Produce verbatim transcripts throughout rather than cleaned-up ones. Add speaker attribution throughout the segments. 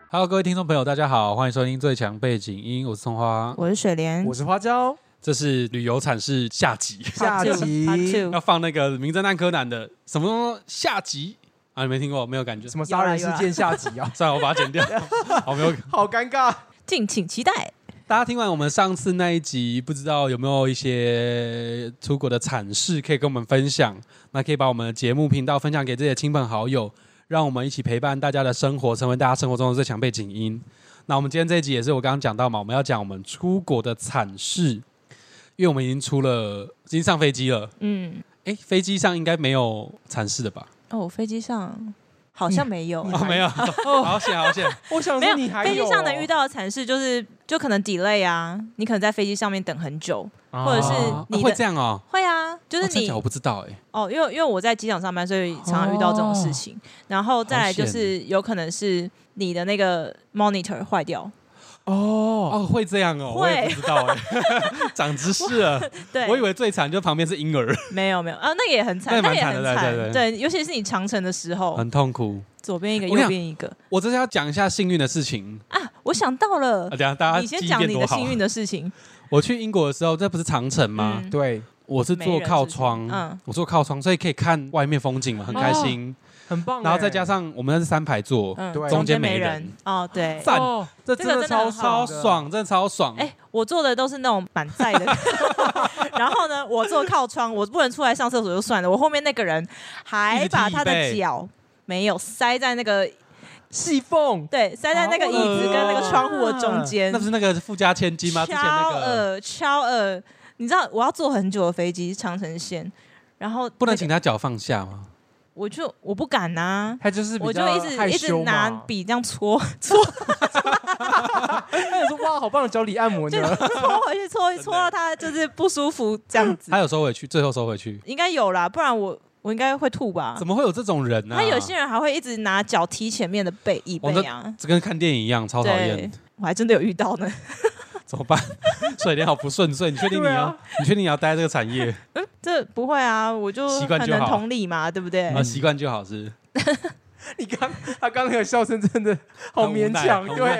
Speaker 1: Hello， 各位听众朋友，大家好，欢迎收听最强背景音，我是葱花，
Speaker 2: 我是水莲，
Speaker 3: 我是花椒。
Speaker 1: 这是旅游惨事下集，
Speaker 3: 下集
Speaker 1: 要放那个名侦探柯南的什么下集啊？你没听过？没有感觉？
Speaker 3: 什么杀人事件下集啊？
Speaker 1: 算了，我把它剪掉。好，没有，
Speaker 3: 好尴尬。
Speaker 2: 敬请期待。
Speaker 1: 大家听完我们上次那一集，不知道有没有一些出国的惨事可以跟我们分享？那可以把我们的节目频道分享给这些亲朋好友，让我们一起陪伴大家的生活，成为大家生活中的最强背景音。那我们今天这一集也是我刚刚讲到嘛，我们要讲我们出国的惨事，因为我们已经出了，已经上飞机了。嗯，哎，飞机上应该没有惨事的吧？
Speaker 2: 哦，飞机上好像没有，
Speaker 1: 哦，没有，好险好险！
Speaker 3: 我想说你还有、哦、
Speaker 2: 飞机上能遇到的惨事就是就可能 delay 啊，你可能在飞机上面等很久，哦、或者是你、
Speaker 1: 啊、会这样哦？
Speaker 2: 会啊，就是你、
Speaker 1: 哦、我不知道哎、欸。
Speaker 2: 哦，因为因为我在机场上班，所以常常遇到这种事情。哦、然后再来就是有可能是你的那个 monitor 坏掉。
Speaker 1: 哦哦，会这样哦，我也不知道哎、欸，长知识了。对，我以为最惨就旁边是婴儿。没
Speaker 2: 有没有啊，那个也很惨，
Speaker 1: 那
Speaker 2: 也很惨，
Speaker 1: 对, 对,
Speaker 2: 对, 对，尤其是你长程的时候，
Speaker 1: 很痛苦。
Speaker 2: 左边一个，右边一个。
Speaker 1: 我这是要讲一下幸运的事情
Speaker 2: 啊！我想到了，啊、
Speaker 1: 等一下大家
Speaker 2: 你先讲你的幸运的事情。
Speaker 1: 我去英国的时候，这不是长程吗？
Speaker 3: 嗯、对，
Speaker 1: 我是坐靠窗，嗯，我坐靠窗，所以可以看外面风景嘛，很开心。哦
Speaker 3: 很棒，
Speaker 1: 然后再加上我们那是三排座，
Speaker 2: 嗯、
Speaker 1: 中间
Speaker 2: 没
Speaker 1: 人
Speaker 2: 哦，对，
Speaker 1: 赞、
Speaker 3: 哦，这真的超
Speaker 1: 超爽，真的超爽。
Speaker 2: 哎、欸，我坐的都是那种满载的，然后呢，我坐靠窗，我不能出来上厕所就算了，我后面那个人还把他的脚没有塞在那个
Speaker 3: 细缝，
Speaker 2: 对，塞在那个椅子跟那个窗户的中间，
Speaker 1: 那不是那个富家千金吗？之前那个
Speaker 2: 超恶超恶，你知道我要坐很久的飞机，长程线，然后、那个、
Speaker 1: 不能请他脚放下吗？
Speaker 2: 我就我不敢呐、啊，
Speaker 3: 他就是
Speaker 2: 我就一直一直拿笔这样搓搓，
Speaker 3: 他说哇，好棒的脚底按摩呢，
Speaker 2: 搓回去搓搓到他就是不舒服这样子。
Speaker 1: 他有收回去，最后收回去，
Speaker 2: 应该有啦，不然我我应该会吐吧？
Speaker 1: 怎么会有这种人呢、啊？
Speaker 2: 他有些人还会一直拿脚踢前面的背椅背啊，
Speaker 1: 这跟看电影一样，超讨厌。
Speaker 2: 我还真的有遇到呢。
Speaker 1: 怎么办？水莲好不顺遂，你确定你要？啊、你确定你要待在这个产业？
Speaker 2: 嗯，这不会啊，我就很能同理嘛，对不对？
Speaker 1: 啊，习惯就好是。
Speaker 3: 你刚他刚那个笑声真的好勉强，对。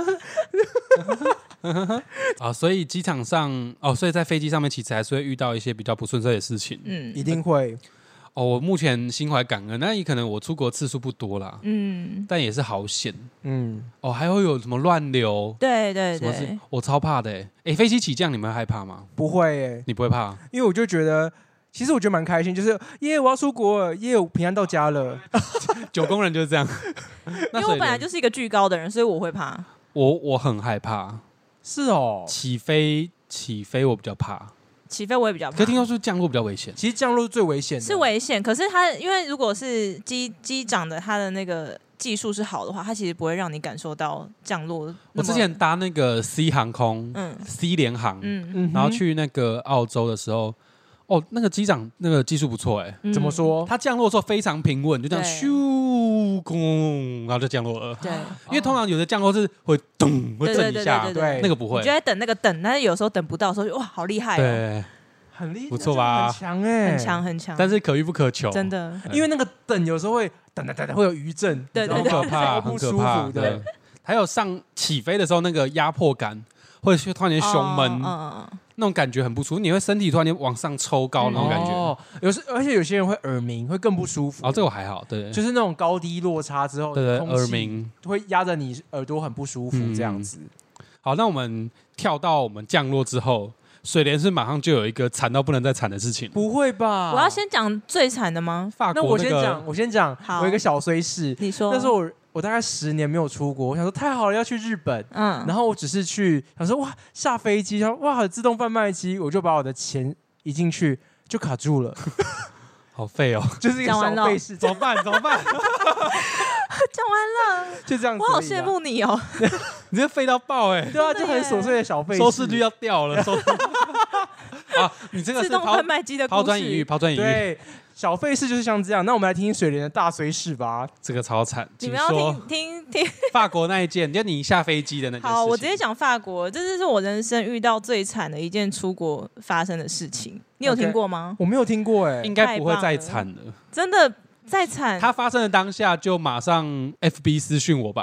Speaker 1: 啊，所以机场上哦，所以在飞机上面其实还是会遇到一些比较不顺遂的事情，
Speaker 3: 嗯，一定会。
Speaker 1: 哦，我目前心怀感恩，那也可能我出国次数不多啦，嗯，但也是好险，嗯，哦，还会有什么乱流，
Speaker 2: 对对对，
Speaker 1: 我超怕的，哎，哎，飞机起降你们害怕吗？
Speaker 3: 不会，哎，
Speaker 1: 你不会怕？
Speaker 3: 因为我就觉得，其实我觉得蛮开心，就是耶，我要出国了，耶，我平安到家了。
Speaker 1: 九宫人就是这样，
Speaker 2: 因为我本来就是一个巨高的人，所以我会怕。
Speaker 1: 我我很害怕，
Speaker 3: 是哦，
Speaker 1: 起飞起飞我比较怕。
Speaker 2: 起飞我也比较怕，
Speaker 1: 可听说是降落比较危险。
Speaker 3: 其实降落是最危险的，
Speaker 2: 是危险。可是它因为如果是机机长的他的那个技术是好的话，他其实不会让你感受到降落。
Speaker 1: 我之前搭那个 C 航空，嗯 ，C 联航，嗯，然后去那个澳洲的时候，哦，那个机长那个技术不错，哎，
Speaker 3: 怎么说？
Speaker 1: 他降落的时候非常平稳，就这样咻空，然后就降落了。
Speaker 2: 对，
Speaker 1: 因为通常有的降落是会咚会震一下，对，那个不会。
Speaker 2: 你就在等那个等，但是有时候等不到的时候，哇，好厉害哦，
Speaker 1: 对，
Speaker 3: 很厉害，
Speaker 1: 不错吧？
Speaker 3: 很强哎，
Speaker 2: 很强很强，
Speaker 1: 但是可遇不可求，
Speaker 2: 真的。
Speaker 3: 因为那个等有时候会等等等等会有余震，
Speaker 2: 对对
Speaker 1: 对，很可怕，很可怕的。还有上起飞的时候那个压迫感，或者突然间胸闷。那种感觉很不舒服，你会身体突然间往上抽高那种感觉。哦，
Speaker 3: 有时而且有些人会耳鸣，会更不舒服。
Speaker 1: 哦，这个我还好，对，
Speaker 3: 就是那种高低落差之后，
Speaker 1: 对对，耳鸣
Speaker 3: 会压着你耳朵很不舒服，这样子。
Speaker 1: 嗯、好，那我们跳到我们降落之后，水莲是马上就有一个惨到不能再惨的事情。
Speaker 3: 不会吧？
Speaker 2: 我要先讲最惨的吗？
Speaker 1: 法国、那
Speaker 3: 個、那我先讲，我先讲。我有一个小衰事，
Speaker 2: 你说。
Speaker 3: 那时候我。我大概十年没有出国，我想说太好了，要去日本。嗯，然后我只是去想说哇，下飞机，然后哇，自动贩卖机，我就把我的钱一进去就卡住了，
Speaker 1: 好废哦，
Speaker 3: 就是一个小费事，
Speaker 1: 怎么办？怎么办？
Speaker 2: 讲完了，
Speaker 3: 就这样子。
Speaker 2: 我好羡慕你哦，
Speaker 1: 你这废到爆哎、欸！
Speaker 3: 对啊，就很琐碎的小费，
Speaker 1: 收视率要掉了。收啊，你这个是
Speaker 2: 自动贩卖机的
Speaker 1: 抛砖引玉，抛砖引玉。
Speaker 3: 对。小费事就是像这样，那我们来听听水莲的大衰事吧。
Speaker 1: 这个超惨，
Speaker 2: 你们要听听听
Speaker 1: 法国那一件，就你下飞机的那件事情。
Speaker 2: 好，我直接讲法国，这是我人生遇到最惨的一件出国发生的事情。你有听过吗？
Speaker 3: Okay, 我没有听过哎、欸，
Speaker 1: 应该不会再惨了。
Speaker 2: 真的再惨，
Speaker 1: 它发生的当下就马上 F B 私讯我吧。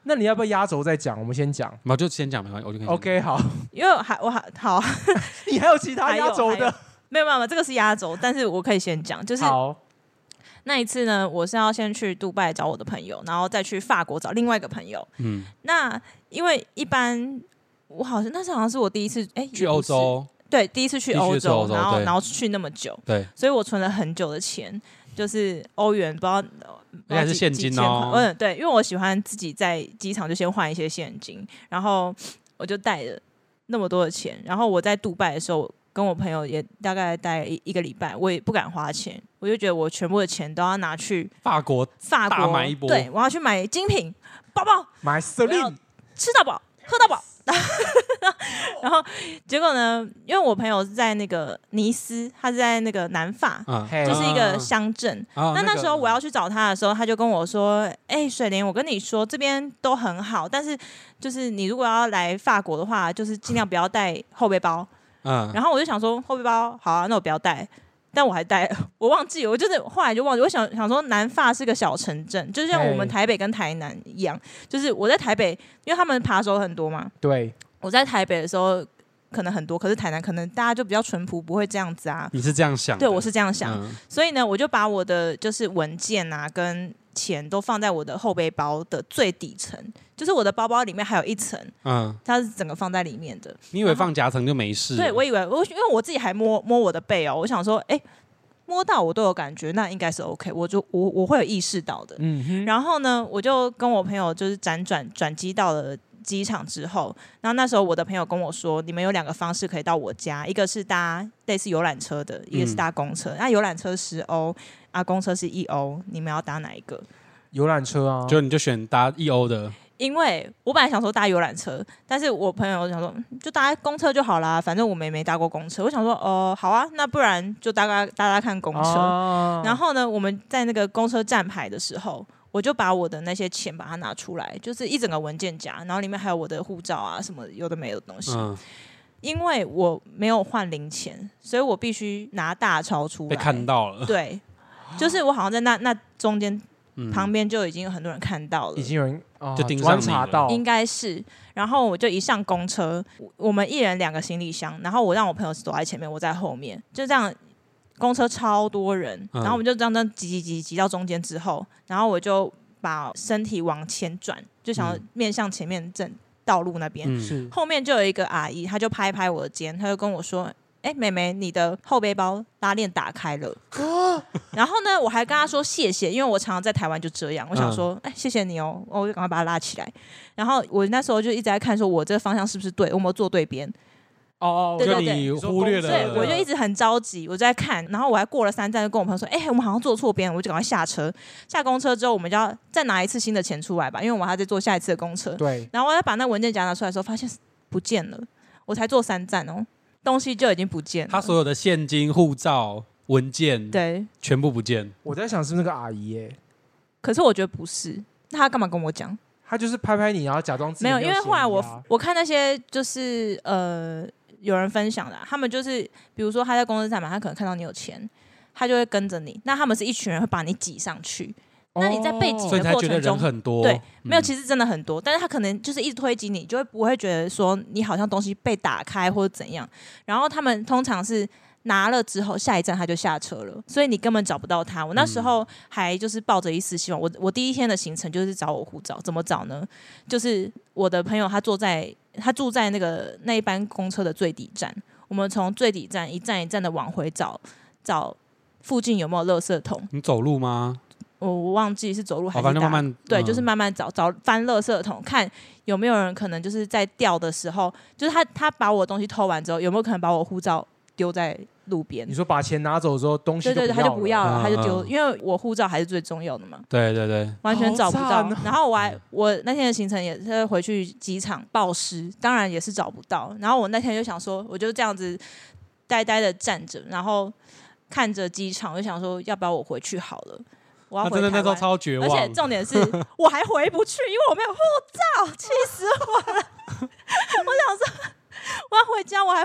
Speaker 3: 那你要不要压轴再讲？我们先讲，
Speaker 1: 我就先讲没关系，我就可以。
Speaker 3: OK， 好，
Speaker 2: 因为还我还好，
Speaker 3: 你还有其他压轴的？
Speaker 2: 没有没有，这个是压轴，但是我可以先讲，就是那一次呢，我是要先去杜拜找我的朋友，然后再去法国找另外一个朋友。嗯，那因为一般我好像那是好像是我第一次哎、欸、
Speaker 1: 去欧洲，
Speaker 2: 对，第一次去欧洲，
Speaker 1: 洲
Speaker 2: 然后然后去那么久，
Speaker 1: 对，
Speaker 2: 所以我存了很久的钱，就是欧元，不知道。
Speaker 1: 而且还是现金哦。
Speaker 2: 嗯，对，因为我喜欢自己在机场就先换一些现金，然后我就带了那么多的钱，然后我在杜拜的时候。跟我朋友也大概待一一个礼拜，我也不敢花钱，我就觉得我全部的钱都要拿去
Speaker 1: 法国，
Speaker 2: 法国
Speaker 1: 大买一波。
Speaker 2: 对，我要去买精品包包，
Speaker 3: 买 Celine，
Speaker 2: 吃到饱，喝到饱。然后结果呢？因为我朋友是在那个尼斯，他是在那个南法，嗯、就是一个乡镇。嗯、那那时候我要去找他的时候，他就跟我说：“哎、欸，水莲，我跟你说，这边都很好，但是就是你如果要来法国的话，就是尽量不要带后背包。”嗯，然后我就想说后背包好啊，那我不要带，但我还带，我忘记了，我就是后来就忘记，我想想说南法是个小城镇，就像我们台北跟台南一样，就是我在台北，因为他们扒手很多嘛，
Speaker 3: 对，
Speaker 2: 我在台北的时候可能很多，可是台南可能大家就比较淳朴，不会这样子啊。
Speaker 1: 你是这样想的？
Speaker 2: 对，我是这样想，嗯、所以呢，我就把我的就是文件啊跟钱都放在我的后背包的最底层。就是我的包包里面还有一层，嗯，它是整个放在里面的。
Speaker 1: 你以为放夹层就没事？
Speaker 2: 对，我以为我因为我自己还摸摸我的背哦，我想说，哎、欸，摸到我都有感觉，那应该是 OK， 我就我我会有意识到的。嗯哼。然后呢，我就跟我朋友就是辗转转机到了机场之后，然后那时候我的朋友跟我说，你们有两个方式可以到我家，一个是搭类似游览车的，一个是搭公车。嗯、那游览车十欧，啊，公车是一欧，你们要搭哪一个？
Speaker 3: 游览车啊，
Speaker 1: 就你就选搭一欧的。
Speaker 2: 因为我本来想说搭游览车，但是我朋友想说就搭公车就好啦，反正我们也没搭过公车。我想说哦、呃，好啊，那不然就搭搭搭搭看公车。哦、然后呢，我们在那个公车站牌的时候，我就把我的那些钱把它拿出来，就是一整个文件夹，然后里面还有我的护照啊什么有的没有的东西。嗯、因为我没有换零钱，所以我必须拿大钞出来。
Speaker 1: 被看到了。
Speaker 2: 对，就是我好像在那那中间。嗯、旁边就已经有很多人看到了，
Speaker 3: 已经有人、哦、
Speaker 1: 就盯上
Speaker 3: 查到，
Speaker 2: 应该是。然后我就一上公车，我们一人两个行李箱，然后我让我朋友躲在前面，我在后面，就这样。公车超多人，嗯、然后我们就这样这样挤挤挤挤到中间之后，然后我就把身体往前转，就想要面向前面正道路那边。嗯、后面就有一个阿姨，她就拍拍我的肩，她就跟我说。哎，妹妹，你的后背包拉链打开了。哦、然后呢，我还跟她说谢谢，因为我常常在台湾就这样。我想说，哎、嗯，谢谢你哦，我就赶快把它拉起来。然后我那时候就一直在看，说我这个方向是不是对，我有没有坐对边。
Speaker 1: 哦，
Speaker 2: 对对对，
Speaker 1: 你忽略了，
Speaker 2: 对，我就一直很着急，我就在看。然后我还过了三站，就跟我朋友说，哎，我们好像坐错边，我就赶快下车。下公车之后，我们就要再拿一次新的钱出来吧，因为我们还要再坐下一次的公车。
Speaker 3: 对。
Speaker 2: 然后我要把那文件夹拿出来的时候，发现不见了。我才坐三站哦。东西就已经不见了，
Speaker 1: 他所有的现金、护照、文件，
Speaker 2: 对，
Speaker 1: 全部不见。
Speaker 3: 我在想是不是那个阿姨耶？
Speaker 2: 可是我觉得不是，那他干嘛跟我讲？
Speaker 3: 他就是拍拍你，然后假装自己
Speaker 2: 没有。因为后来我
Speaker 3: 啊、
Speaker 2: 我看那些就是呃有人分享的、啊，他们就是比如说他在公车站嘛，他可能看到你有钱，他就会跟着你。那他们是一群人会把你挤上去。那你在被挤的过程中，
Speaker 1: 很多
Speaker 2: 对，没有，其实真的很多，但是他可能就是一直推挤你，就会不会觉得说你好像东西被打开或者怎样。然后他们通常是拿了之后，下一站他就下车了，所以你根本找不到他。我那时候还就是抱着一丝希望，我我第一天的行程就是找我护照，怎么找呢？就是我的朋友他坐在他住在那个那一班公车的最底站，我们从最底站一站一站的往回找，找附近有没有垃圾桶。
Speaker 1: 你走路吗？
Speaker 2: 我忘记是走路还是打，
Speaker 1: 慢慢
Speaker 2: 对，嗯、就是慢慢找找翻垃圾桶，看有没有人可能就是在掉的时候，就是他他把我的东西偷完之后，有没有可能把我护照丢在路边？
Speaker 3: 你说把钱拿走之后，东西
Speaker 2: 对对对，他就不要了，
Speaker 1: 嗯、
Speaker 2: 他就丢，因为我护照还是最重要的嘛。
Speaker 1: 对对对，
Speaker 2: 完全找不到。哦、然后我还我那天的行程也是回去机场报失，当然也是找不到。然后我那天就想说，我就这样子呆呆的站着，然后看着机场，我就想说，要不要我回去好了？我要回台湾，
Speaker 1: 真的那时候超绝望，
Speaker 2: 而且重点是我还回不去，因为我没有护照，气死我了！我想说我要回家，我还回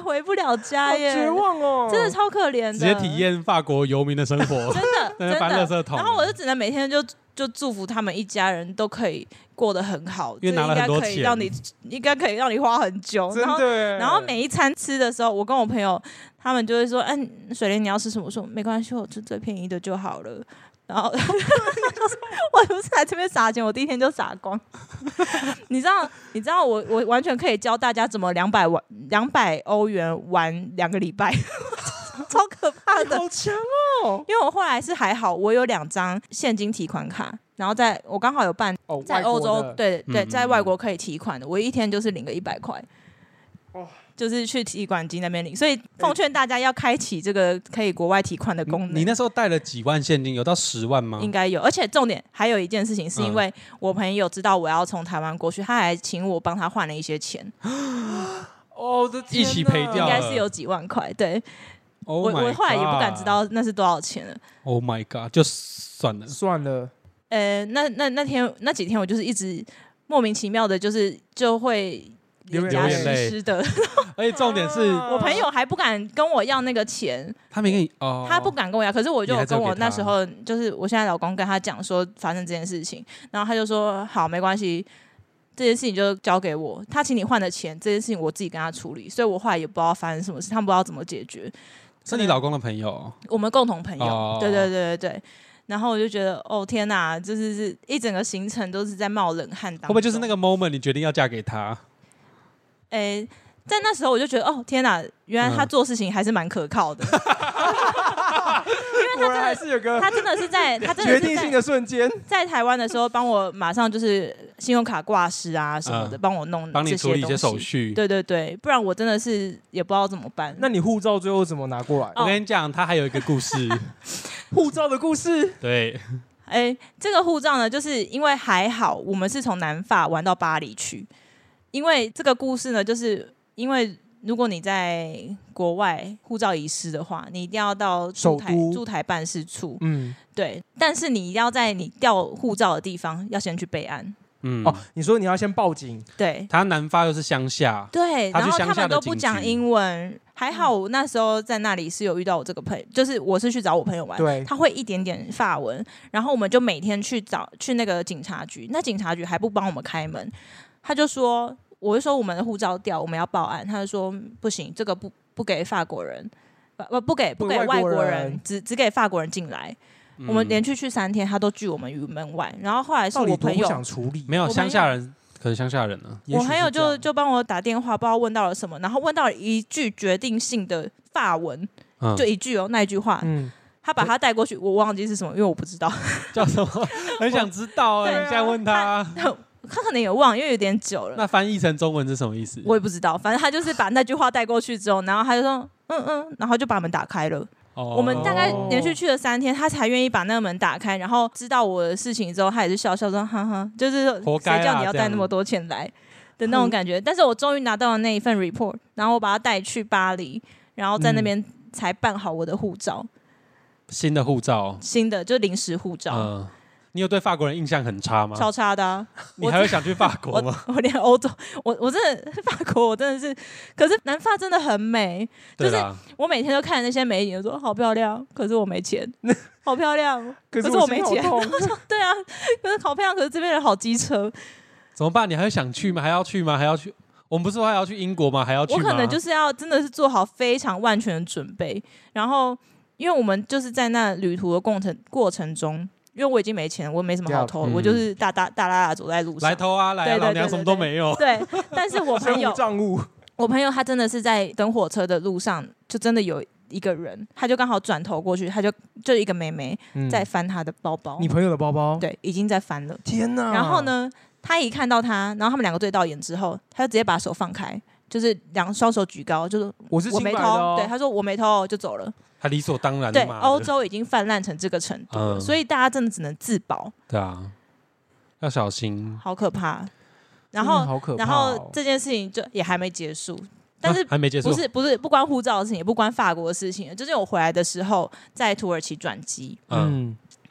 Speaker 2: 回不了家耶，
Speaker 3: 绝望哦，
Speaker 2: 真的超可怜的，
Speaker 1: 直接体验法国游民的生活，
Speaker 2: 真的真
Speaker 1: 搬垃圾桶。
Speaker 2: 然后我就只能每天就就祝福他们一家人都可以过得很好，
Speaker 1: 因为拿了很多钱，
Speaker 2: 应该可以让你应该可以让你花很久，
Speaker 3: 真的。
Speaker 2: 然后每一餐吃的时候，我跟我朋友他们就会说：“嗯、啊，水莲你要吃什么？”我说：“没关系，我吃最便宜的就好了。”然后我不是来这边撒钱，我第一天就撒光。你知道，你知道我我完全可以教大家怎么两百万两百欧元玩两个礼拜，超可怕的，
Speaker 3: 好强哦！
Speaker 2: 因为我后来是还好，我有两张现金提款卡，然后在我刚好有办、
Speaker 3: 哦、
Speaker 2: 在欧洲，对对，
Speaker 1: 嗯、
Speaker 2: 在外国可以提款的，我一天就是领个一百块。
Speaker 3: 哦，
Speaker 2: 就是去提款机那边领，所以奉劝大家要开启这个可以国外提款的功能。
Speaker 1: 你, 你那时候带了几万现金？有到十万吗？
Speaker 2: 应该有，而且重点还有一件事情，是因为我朋友知道我要从台湾过去，他还请我帮他换了一些钱。
Speaker 3: 哦，我的天，
Speaker 1: 一起赔掉了，
Speaker 2: 应该是有几万块。对，
Speaker 1: oh、
Speaker 2: 我我后来也不敢知道那是多少钱了。
Speaker 1: Oh my god！ 就算了
Speaker 3: 算了。
Speaker 2: 呃，那那那天那几天我就是一直莫名其妙的，就是就会。
Speaker 1: 流眼泪
Speaker 2: 湿的，
Speaker 1: 而且重点是
Speaker 2: 我朋友还不敢跟我要那个钱，
Speaker 1: 他没跟你哦，
Speaker 2: 他不敢跟我要，可是我就有跟我那时候就是我现在老公跟他讲说发生这件事情，然后他就说好没关系，这件事情就交给我，他请你换的钱这件事情我自己跟他处理，所以我后来也不知道发生什么事，他们不知道怎么解决。
Speaker 1: 是你老公的朋友，
Speaker 2: 我们共同朋友，
Speaker 1: 哦、
Speaker 2: 对对对对对。然后我就觉得，哦天哪，就是是一整个行程都是在冒冷汗当中。
Speaker 1: 会不会就是那个 moment 你决定要嫁给他？
Speaker 2: 诶，在那时候我就觉得，哦天哪，原来他做事情还是蛮可靠的，
Speaker 3: 嗯、因为他真的
Speaker 2: 是有个，他真的是在他真
Speaker 3: 的是决定性的瞬间，
Speaker 2: 在台湾的时候帮我马上就是信用卡挂失啊什么的，帮、嗯、我弄
Speaker 1: 帮你处理一些手续，
Speaker 2: 对对对，不然我真的是也不知道怎么办。
Speaker 3: 那你护照最后怎么拿过来？
Speaker 1: 我跟你讲，他还有一个故事，
Speaker 3: 护照的故事，
Speaker 1: 对。
Speaker 2: 哎，这个护照呢，就是因为还好我们是从南法玩到巴黎去。因为这个故事呢，就是因为如果你在国外护照遗失的话，你一定要到驻台驻台办事处，嗯，对。但是你一定要在你掉护照的地方要先去备案。
Speaker 3: 嗯，哦，你说你要先报警，
Speaker 2: 对。
Speaker 1: 他南法又是乡下，
Speaker 2: 对，然后他们都不讲英文。还好我那时候在那里是有遇到我这个朋友，就是我是去找我朋友玩，
Speaker 3: 对，
Speaker 2: 他会一点点法文，然后我们就每天去找去那个警察局，那警察局还不帮我们开门。他就说，我就说我们的护照掉，我们要报案。他就说不行，这个不不给法国人，不不给不给外国人，只只给法国人进来。嗯、我们连续去三天，他都拒我们于门外。然后后来是我朋友
Speaker 3: 想处理，
Speaker 1: 没有乡下人，可是乡下人呢？
Speaker 2: 我朋友就就帮我打电话，不知道问到了什么，然后问到了一句决定性的法文，嗯、就一句哦，那一句话。嗯，他把他带过去，我忘记是什么，因为我不知道
Speaker 1: 叫什么，很想知道哎、欸，你现在问他。
Speaker 2: 他可能也忘，因为有点久了。
Speaker 1: 那翻译成中文是什么意思？
Speaker 2: 我也不知道，反正他就是把那句话带过去之后，然后他就说嗯嗯，然后就把门打开了。哦、我们大概连续去了三天，他才愿意把那个门打开，然后知道我的事情之后，他也是笑笑说哈哈，就是谁叫你要带那么多钱来的那种感觉。但是我终于拿到了那一份 report， 然后我把它带去巴黎，然后在那边才办好我的护照，嗯、
Speaker 1: 新的护照，
Speaker 2: 新的就是临时护照。嗯，
Speaker 1: 你有对法国人印象很差吗？
Speaker 2: 超差的、啊。
Speaker 1: 你还会想去法国吗？
Speaker 2: 我, 我连欧洲，我我真的法国，我真的是，可是南法真的很美，就是我每天都看那些美景，说好漂亮，可是我没钱，好漂亮，可是我没钱。对啊，可是好漂亮，可是这边人好机车，
Speaker 1: 怎么办？你还会想去吗？还要去吗？还要去？我们不是说还要去英国吗？还要去吗？
Speaker 2: 我可能就是要真的是做好非常万全的准备，然后因为我们就是在那旅途的过程过程中。因为我已经没钱，我没什么好偷，嗯、我就是大大大拉拉走在路上，
Speaker 1: 来偷啊，来啊，老娘什么都没有。
Speaker 2: 对，但是我朋友
Speaker 3: 账务，
Speaker 2: 我朋友他真的是在等火车的路上，就真的有一个人，他就刚好转头过去，他就就一个妹妹在翻他的包包。
Speaker 3: 嗯、你朋友的包包？
Speaker 2: 对，已经在翻了。
Speaker 3: 天哪！
Speaker 2: 然后呢，他一看到他，然后他们两个对到眼之后，他就直接把手放开，就是两双手举高，就是
Speaker 3: 我是
Speaker 2: 我没偷，哦、对，他说我没偷，就走了。
Speaker 1: 他理所当然的。
Speaker 2: 对，欧洲已经泛滥成这个程度了，嗯、所以大家真的只能自保。
Speaker 1: 对啊，要小心。
Speaker 2: 好可怕。然后，
Speaker 3: 好可怕哦、
Speaker 2: 然后这件事情就也还没结束，但是、
Speaker 1: 啊、还没结束，
Speaker 2: 不是不是不关护照的事情，也不关法国的事情，就是我回来的时候在土耳其转机，嗯，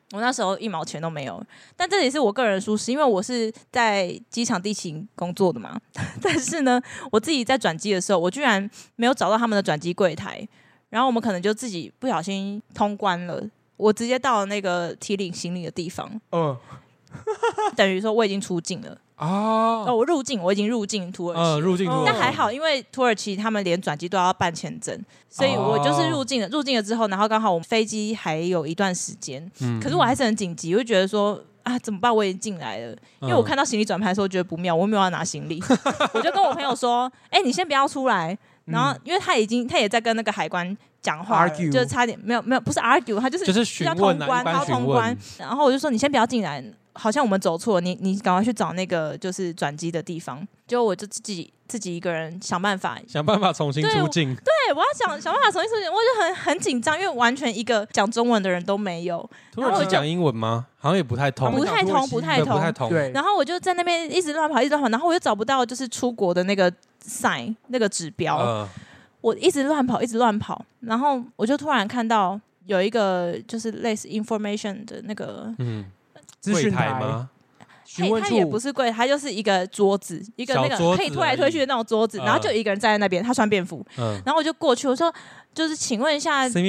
Speaker 2: 我那时候一毛钱都没有，但这也是我个人的疏失，因为我是在机场地勤工作的嘛。但是呢，我自己在转机的时候，我居然没有找到他们的转机柜台，然后我们可能就自己不小心通关了，我直接到了那个提领行李的地方，嗯，等于说我已经出境了。哦, 哦，我入境，我已经入境土耳其，
Speaker 1: 呃，入境土耳其，
Speaker 2: 但还好，因为土耳其他们连转机都要办签证，所以我就是入境了。入境了之后，然后刚好我们飞机还有一段时间，嗯、可是我还是很紧急，我就觉得说啊，怎么办？我已经进来了，因为我看到行李转盘的时候觉得不妙，我没有要拿行李，我就跟我朋友说，哎、欸，你先不要出来。然后，因为他已经，他也在跟那个海关讲话，就差点没有没有，不是 argue， 他就是
Speaker 1: 就是询问、啊、
Speaker 2: 要通关，他要通关。然后我就说，你先不要进来，好像我们走错，你你赶快去找那个就是转机的地方。就我就自己自己一个人想办法，
Speaker 1: 想办法重新出境。
Speaker 2: 对，对我要想想办法重新出境，我就很很紧张，因为完全一个讲中文的人都没有。
Speaker 1: 土耳其讲英文吗？好像也不太通，
Speaker 2: 不太通，不太通，
Speaker 1: 不太通。
Speaker 3: 对。
Speaker 2: 然后我就在那边一直乱跑，一直乱跑，然后我又找不到就是出国的那个 sign 那个指标。呃我一直乱跑，一直乱跑，然后我就突然看到有一个就是类似 information 的那个
Speaker 3: 资讯台吗？
Speaker 2: 它也不是柜，它就是一个桌子，一个那个可以推来推去的那种桌子，然后就有一个人站在那边，他穿便服，嗯、然后我就过去，我说就是请问一下，
Speaker 3: 不可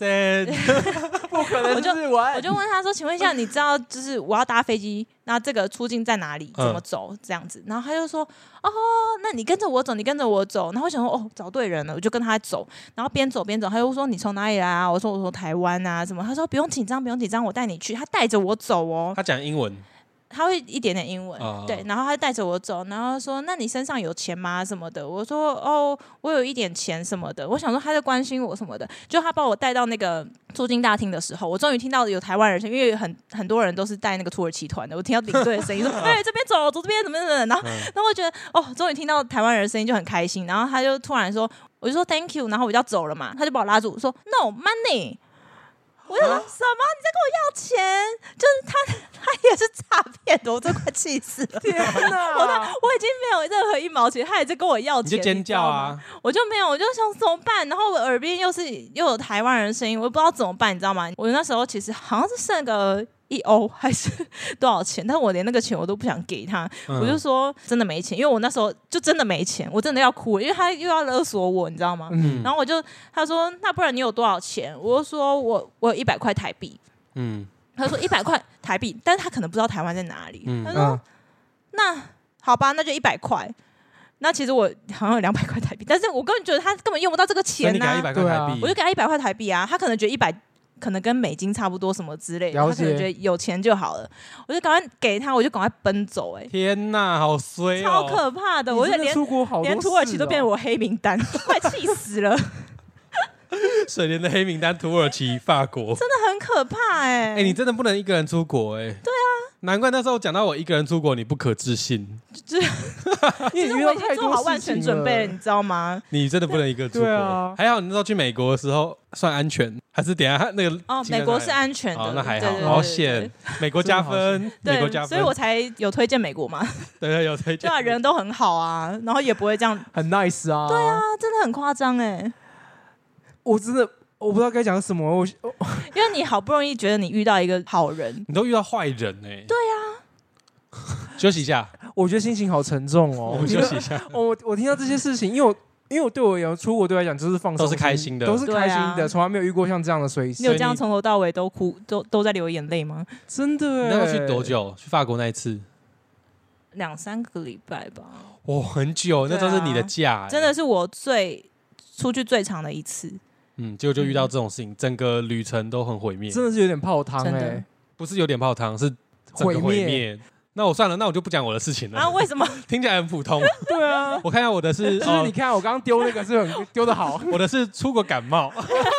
Speaker 3: 能是日文，
Speaker 2: 我就问他说，请问一下，你知道就是我要搭飞机，那这个出境在哪里？怎么走？这样子，然后他就说，哦，那你跟着我走，你跟着我走。然后我想说，哦，找对人了，我就跟他走，然后边走边走，他就说你从哪里来啊？我说我从台湾啊，什么？他说不用紧张，不用紧张，我带你去。他带着我走哦，
Speaker 1: 他讲英文。
Speaker 2: 他会一点点英文，
Speaker 1: 哦、
Speaker 2: 对，然后他带着我走，然后说：“那你身上有钱吗？什么的？”我说：“哦，我有一点钱什么的。”我想说他在关心我什么的，就他把我带到那个出境大厅的时候，我终于听到有台湾人声，因为很很多人都是带那个土耳其团的，我听到领队的声音说：“哎、欸，这边走，走这边，怎么怎么。”然后，嗯、然后我觉得哦，终于听到台湾人的声音就很开心，然后他就突然说：“我就说 Thank you。”然后我就要走了嘛，他就把我拉住说 ：“No money。”我就说什么？你在跟我要钱？就是他，他也是诈骗的，我真快气死了！
Speaker 3: 天哪！
Speaker 2: 我我已经没有任何一毛钱，他也在跟我要钱，
Speaker 1: 你就尖叫啊！
Speaker 2: 我就没有，我就想怎么办？然后我耳边又是又有台湾人的声音，我不知道怎么办，你知道吗？我那时候其实好像是剩个一欧还是多少钱，但是我连那个钱我都不想给他，嗯、我就说真的没钱，因为我那时候就真的没钱，我真的要哭，因为他又要勒索我，你知道吗？嗯、然后我就他说那不然你有多少钱？我就说我我有一百块台币，嗯，他说一百块台币，但是他可能不知道台湾在哪里，嗯、他说、嗯、那好吧，那就一百块。那其实我好像有两百块台币，但是我根本觉得他根本用不到这个钱呐、啊，
Speaker 1: 一百块台币，
Speaker 2: 我就给他一百块台币啊，他可能觉得一百。可能跟美金差不多什么之类的，他可能觉得有钱就好了，我就赶快给他，我就赶快奔走、欸。哎，
Speaker 1: 天哪，好衰哦，
Speaker 2: 超可怕的！我就连
Speaker 3: 出国好多、哦、
Speaker 2: 连土耳其都变成我黑名单，快气死了。
Speaker 1: 水莲的黑名单，土耳其、法国，
Speaker 2: 真的很可怕哎、欸！
Speaker 1: 哎、欸，你真的不能一个人出国哎、欸。
Speaker 2: 对啊，
Speaker 1: 难怪那时候讲到我一个人出国，你不可置信。
Speaker 2: 就是，其实我已经做好万全准备了，你知道吗？
Speaker 1: 你真的不能一个人出国。
Speaker 3: 对啊，
Speaker 1: 还好你那时候去美国的时候算安全，还是等一下那个
Speaker 2: 哦，美国是安全的，
Speaker 1: 哦、那还好，
Speaker 2: 对对对对
Speaker 1: 好险，美国加分，美国加分，
Speaker 2: 所以我才有推荐美国嘛。
Speaker 1: 对对，有推荐。
Speaker 2: 对啊，人都很好啊，然后也不会这样，
Speaker 3: 很 nice 啊。
Speaker 2: 对啊，真的很夸张哎。
Speaker 3: 我真的。我不知道该讲什么，我
Speaker 2: 因为你好不容易觉得你遇到一个好人，
Speaker 1: 你都遇到坏人哎、欸。
Speaker 2: 对啊，
Speaker 1: 休息一下，
Speaker 3: 我觉得心情好沉重哦。
Speaker 1: 我们休息一下。
Speaker 3: 我我听到这些事情，因为我因为我对我而言，出国对我来讲就是放松，
Speaker 1: 都是开心的，
Speaker 3: 都是开心的，从、啊、来没有遇过像这样的衰事。
Speaker 2: 你有这样从头到尾都哭，都都在流眼泪吗？
Speaker 3: 真的哎。
Speaker 1: 你那时候去多久？去法国那一次？
Speaker 2: 两三个礼拜吧。
Speaker 1: 哇、哦，很久，那都是你的假、欸啊，
Speaker 2: 真的是我最出去最长的一次。
Speaker 1: 嗯，结果就遇到这种事情，嗯、整个旅程都很毁灭，
Speaker 3: 真的是有点泡汤哎、欸，
Speaker 1: 不是有点泡汤，是整个毁灭。那我算了，那我就不讲我的事情了。
Speaker 2: 啊？为什么？
Speaker 1: 听起来很普通。
Speaker 3: 对啊，
Speaker 1: 我看一下我的是，
Speaker 3: 就是、哦、你看我刚刚丢那个是很丢的好，
Speaker 1: 我的是出国感冒。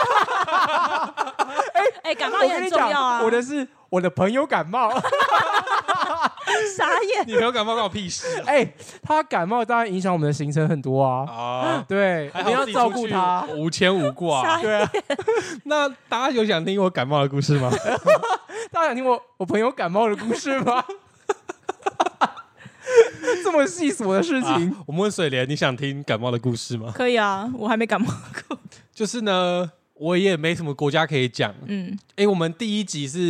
Speaker 2: 哎哎、欸，感冒也很重要啊。
Speaker 3: 我的是我的朋友感冒。
Speaker 2: 傻眼！
Speaker 1: 你朋友感冒关我屁事、啊！
Speaker 3: 哎、欸，他感冒当然影响我们的行程很多啊。啊，对，你要照顾他，
Speaker 1: 无牵无挂。
Speaker 3: 对啊。
Speaker 1: 那大家有想听我感冒的故事吗？
Speaker 3: 大家想听我我朋友感冒的故事吗？这么细琐的事情、啊，
Speaker 1: 我们问水莲，你想听感冒的故事吗？
Speaker 2: 可以啊，我还没感冒过。
Speaker 1: 就是呢，我也没什么国家可以讲。嗯，哎、欸，我们第一集是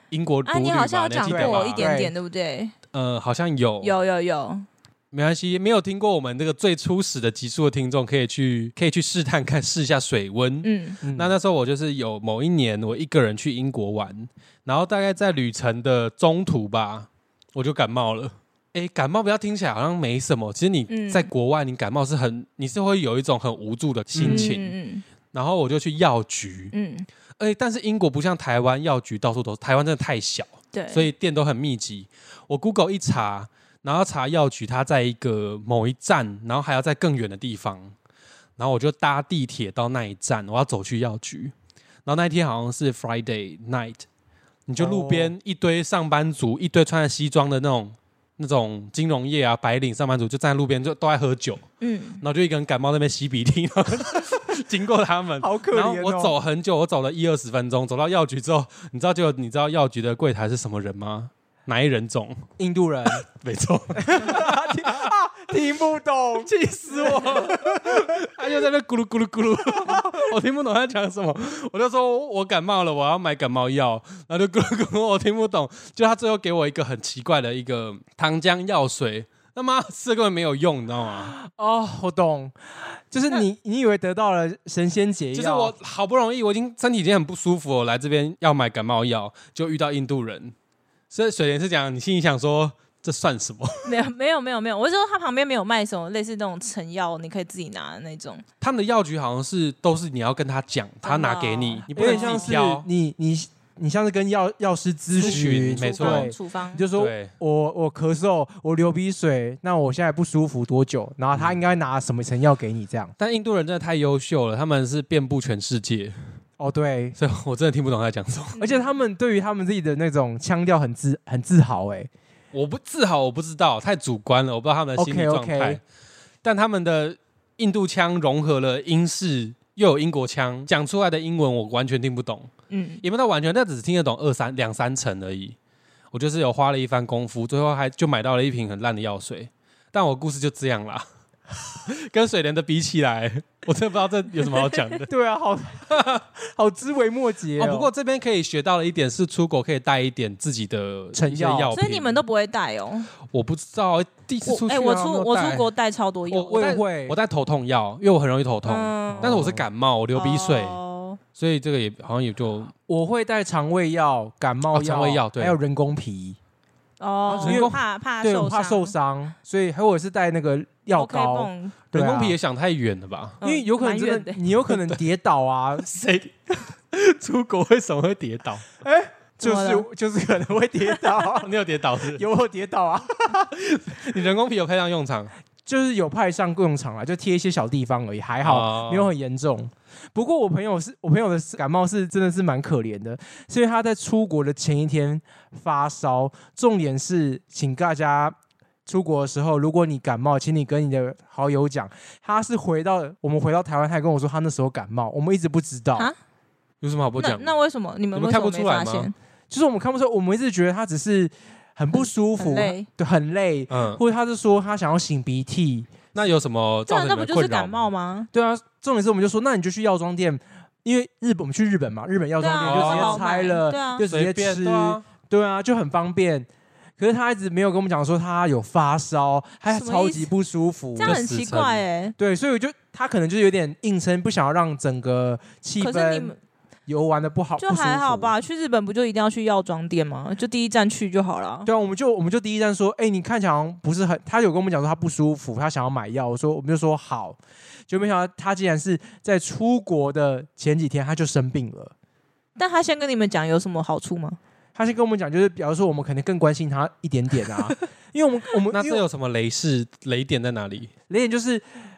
Speaker 1: 英国独
Speaker 2: 啊，
Speaker 1: 旅吧？
Speaker 2: 你好像有讲过一点点，
Speaker 3: 对
Speaker 2: 对不对？
Speaker 1: 呃，好像有，
Speaker 2: 有有有，
Speaker 1: 没关系，没有听过我们这个最初始的集数的听众，可以去可以去试探看，试一下水温。
Speaker 2: 嗯，
Speaker 1: 那那时候我就是有某一年，我一个人去英国玩，然后大概在旅程的中途吧，我就感冒了。哎，感冒不要听起来好像没什么，其实你在国外，你感冒是很，你是会有一种很无助的心情。嗯嗯嗯，然后我就去药局，嗯，哎，但是英国不像台湾药局到处都，台湾真的太小，
Speaker 2: 对，
Speaker 1: 所以店都很密集。我 Google 一查。然后查药局，它在一个某一站，然后还要在更远的地方，然后我就搭地铁到那一站，我要走去药局。然后那一天好像是 Friday night， 你就路边一堆上班族，一堆穿着西装的那种那种金融业啊白领上班族，就站在路边就都在喝酒，嗯，然后就一个人感冒在那边吸鼻涕，然后经过他们，
Speaker 3: 好可怜哦。
Speaker 1: 然后我走很久，我走了一二十分钟，走到药局之后，你知道就你知道药局的柜台是什么人吗？哪一人种？
Speaker 3: 印度人，
Speaker 1: 没错。
Speaker 3: 听不懂，
Speaker 1: 气死我！他就在那咕噜咕噜咕噜，我听不懂他讲什么。我就说我感冒了，我要买感冒药，然后就咕噜咕噜，我听不懂。就他最后给我一个很奇怪的一个糖浆药水，他妈吃根本没有用，你知道吗？
Speaker 3: 哦，我懂，就是你你以为得到了神仙解药，
Speaker 1: 就是我好不容易，我已经身体已经很不舒服，我来这边要买感冒药，就遇到印度人。所以水莲是讲，你心里想说这算什么？
Speaker 2: 没有没有没有没有，我是说他旁边没有卖什么类似那种成药，你可以自己拿的那种。
Speaker 1: 他们的药局好像是都是你要跟他讲，他拿给你，哦、你不能自己挑。
Speaker 3: 你你你像是跟药药师咨询，
Speaker 1: 没错，
Speaker 2: 处方，
Speaker 3: 你就说我我咳嗽，我流鼻水，那我现在不舒服多久？然后他应该拿什么成药给你这样？
Speaker 1: 但印度人真的太优秀了，他们是遍布全世界。
Speaker 3: 哦，对，
Speaker 1: 所以我真的听不懂他在讲什么，
Speaker 3: 而且他们对于他们自己的那种腔调很自很自豪哎、欸，
Speaker 1: 我不自豪，我不知道，太主观了，我不知道他们的心理状态。Okay, okay. 但他们的印度腔融合了英式，又有英国腔，讲出来的英文我完全听不懂，嗯，也没到完全，但只是听得懂二三两三成而已。我就是有花了一番功夫，最后还就买到了一瓶很烂的药水，但我故事就这样啦。跟水莲的比起来，我真的不知道这有什么好讲的。
Speaker 3: 对啊，好好枝微末节 哦,
Speaker 1: 哦。不过这边可以学到的一点是，出国可以带一点自己的成药药品，
Speaker 2: 所以你们都不会带哦。
Speaker 1: 我不知道，第一次出去、啊，哎、
Speaker 2: 欸，我出我出国带超多药，
Speaker 1: 我我也会，我带头痛药，因为我很容易头痛，嗯、但是我是感冒，我流鼻水。哦，所以这个也好像也就
Speaker 3: 我会带肠胃药、感冒药、哦、
Speaker 1: 肠胃药，对，
Speaker 3: 还有人工皮。
Speaker 2: 哦，因为怕怕
Speaker 3: 对
Speaker 2: 受
Speaker 3: 怕受伤，所以还有我是带那个药膏。
Speaker 2: OK
Speaker 1: 人工皮也想太远了吧？
Speaker 3: 因为有可能真的，你有可能跌倒啊。
Speaker 1: 谁出国为什么会跌倒？
Speaker 3: 哎、欸，就是就是可能会跌倒。
Speaker 1: 你有跌倒是？
Speaker 3: 有我跌倒啊。
Speaker 1: 你人工皮有派上用场？
Speaker 3: 就是有派上用场啦，就贴一些小地方而已，还好、哦、没有很严重。不过我朋友是我朋友的感冒是真的是蛮可怜的，所以他在出国的前一天发烧。重点是，请大家出国的时候，如果你感冒，请你跟你的好友讲。他是回到我们回到台湾，他还跟我说他那时候感冒，我们一直不知道。
Speaker 1: 有什么好不讲？
Speaker 2: 那, 那为什么你们
Speaker 1: 为什么没发现？
Speaker 3: 就是我们看不出来，我们一直觉得他只是很不舒服，
Speaker 2: 很累，
Speaker 3: 对，很累，嗯，或者他是说他想要擤鼻涕。
Speaker 1: 那有什么造成你的困扰？
Speaker 2: 那不就是感冒吗？
Speaker 3: 对啊，重点是我们就说，那你就去药妆店，因为日本我们去日本嘛，日本药妆店就直接拆了，
Speaker 2: 对啊，
Speaker 3: 就直接吃，对啊，对啊，就很方便。可是他一直没有跟我们讲说他有发烧，他超级不舒服，
Speaker 2: 这样很奇怪哎、欸。
Speaker 3: 对，所以我就他可能就是有点硬撑，不想要让整个气氛游玩的不好，
Speaker 2: 就还好吧。去日本不就一定要去药妆店吗？就第一站去就好了。
Speaker 3: 对啊，我们就我们就第一站说，哎、欸，你看起来好像不是很，他有跟我们讲说他不舒服，他想要买药。我说我们就说好，就没想到他竟然是在出国的前几天他就生病了。
Speaker 2: 但他先跟你们讲有什么好处吗？
Speaker 3: 他先跟我们讲，就是比方说我们可能更关心他一点点啊，因为我们我们
Speaker 1: 那这有什么雷事？雷点在哪里？
Speaker 3: 雷点就是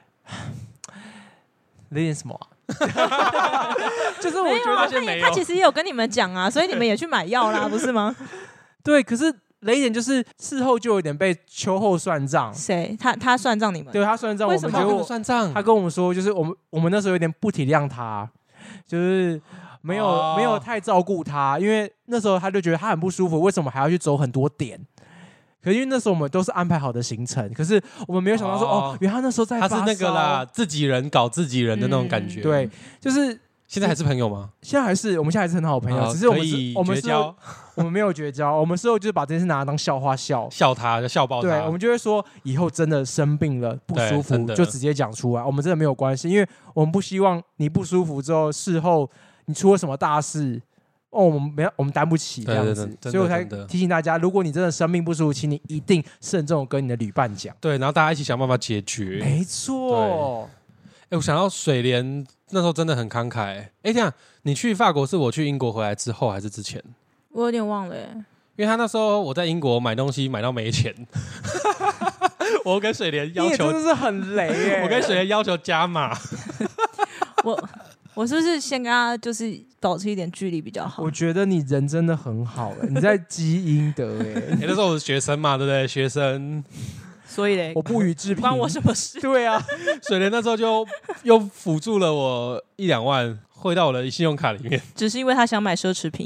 Speaker 3: 雷点什么、啊？就是我觉得
Speaker 2: 他没有，他其实也有跟你们讲啊，所以你们也去买药啦，不是吗？
Speaker 3: 对，可是雷点就是事后就有点被秋后算账。
Speaker 2: 谁？他他算账你们？
Speaker 3: 对他算账，
Speaker 2: 为什么
Speaker 3: 我们觉得
Speaker 1: 算账？
Speaker 3: 他跟我们说，就是我们我们那时候有点不体谅他，就是没有、哦、没有太照顾他，因为那时候他就觉得他很不舒服，为什么还要去走很多点？可是因为那时候我们都是安排好的行程，可是我们没有想到说，哦，哦原来他那时候在发烧，
Speaker 1: 他是那个啦，自己人搞自己人的那种感觉。
Speaker 3: 嗯、对，就是
Speaker 4: 现在还是朋友吗？
Speaker 3: 现在还是，我们现在还是很好的朋友，
Speaker 4: 哦
Speaker 3: 只是我们
Speaker 4: 可以
Speaker 3: 是我们
Speaker 4: 绝交
Speaker 3: 是我们没有绝交，我们事后就是把这件事拿来当笑话笑。
Speaker 4: 笑他，就笑爆他。
Speaker 3: 对，我们就会说，以后真的生病了不舒
Speaker 4: 对真
Speaker 3: 服
Speaker 4: 的
Speaker 3: 就直接讲出来，我们真的没有关系，因为我们不希望你不舒服之后，事后你出了什么大事，哦，我们没我们担不起这样子，
Speaker 4: 对对对真的
Speaker 3: 所以我才
Speaker 4: 真的
Speaker 3: 提醒大家，如果你真的生病不舒服，请你一定慎重地跟你的旅伴讲。
Speaker 4: 对，然后大家一起想办法解决。
Speaker 3: 没错，
Speaker 4: 哎，我想到水莲那时候真的很慷慨。哎，这样你去法国是我去英国回来之后还是之前？
Speaker 2: 我有点忘了耶，
Speaker 4: 因为他那时候我在英国买东西买到没钱，我跟水莲要求
Speaker 3: 你也真的是很雷耶、
Speaker 4: 我跟水莲要求加码。
Speaker 2: 我我是不是先跟他就是保持一点距离比较好
Speaker 3: 我？觉得你人真的很好哎、你在积阴德哎、
Speaker 4: 欸、那时候我是学生嘛，对不对？学生，
Speaker 2: 所以嘞，
Speaker 3: 我不予置评。
Speaker 2: 关我什么事？
Speaker 3: 对啊，
Speaker 4: 水莲那时候就又辅助了我一两万汇到我的信用卡里面。
Speaker 2: 只是因为他想买奢侈品，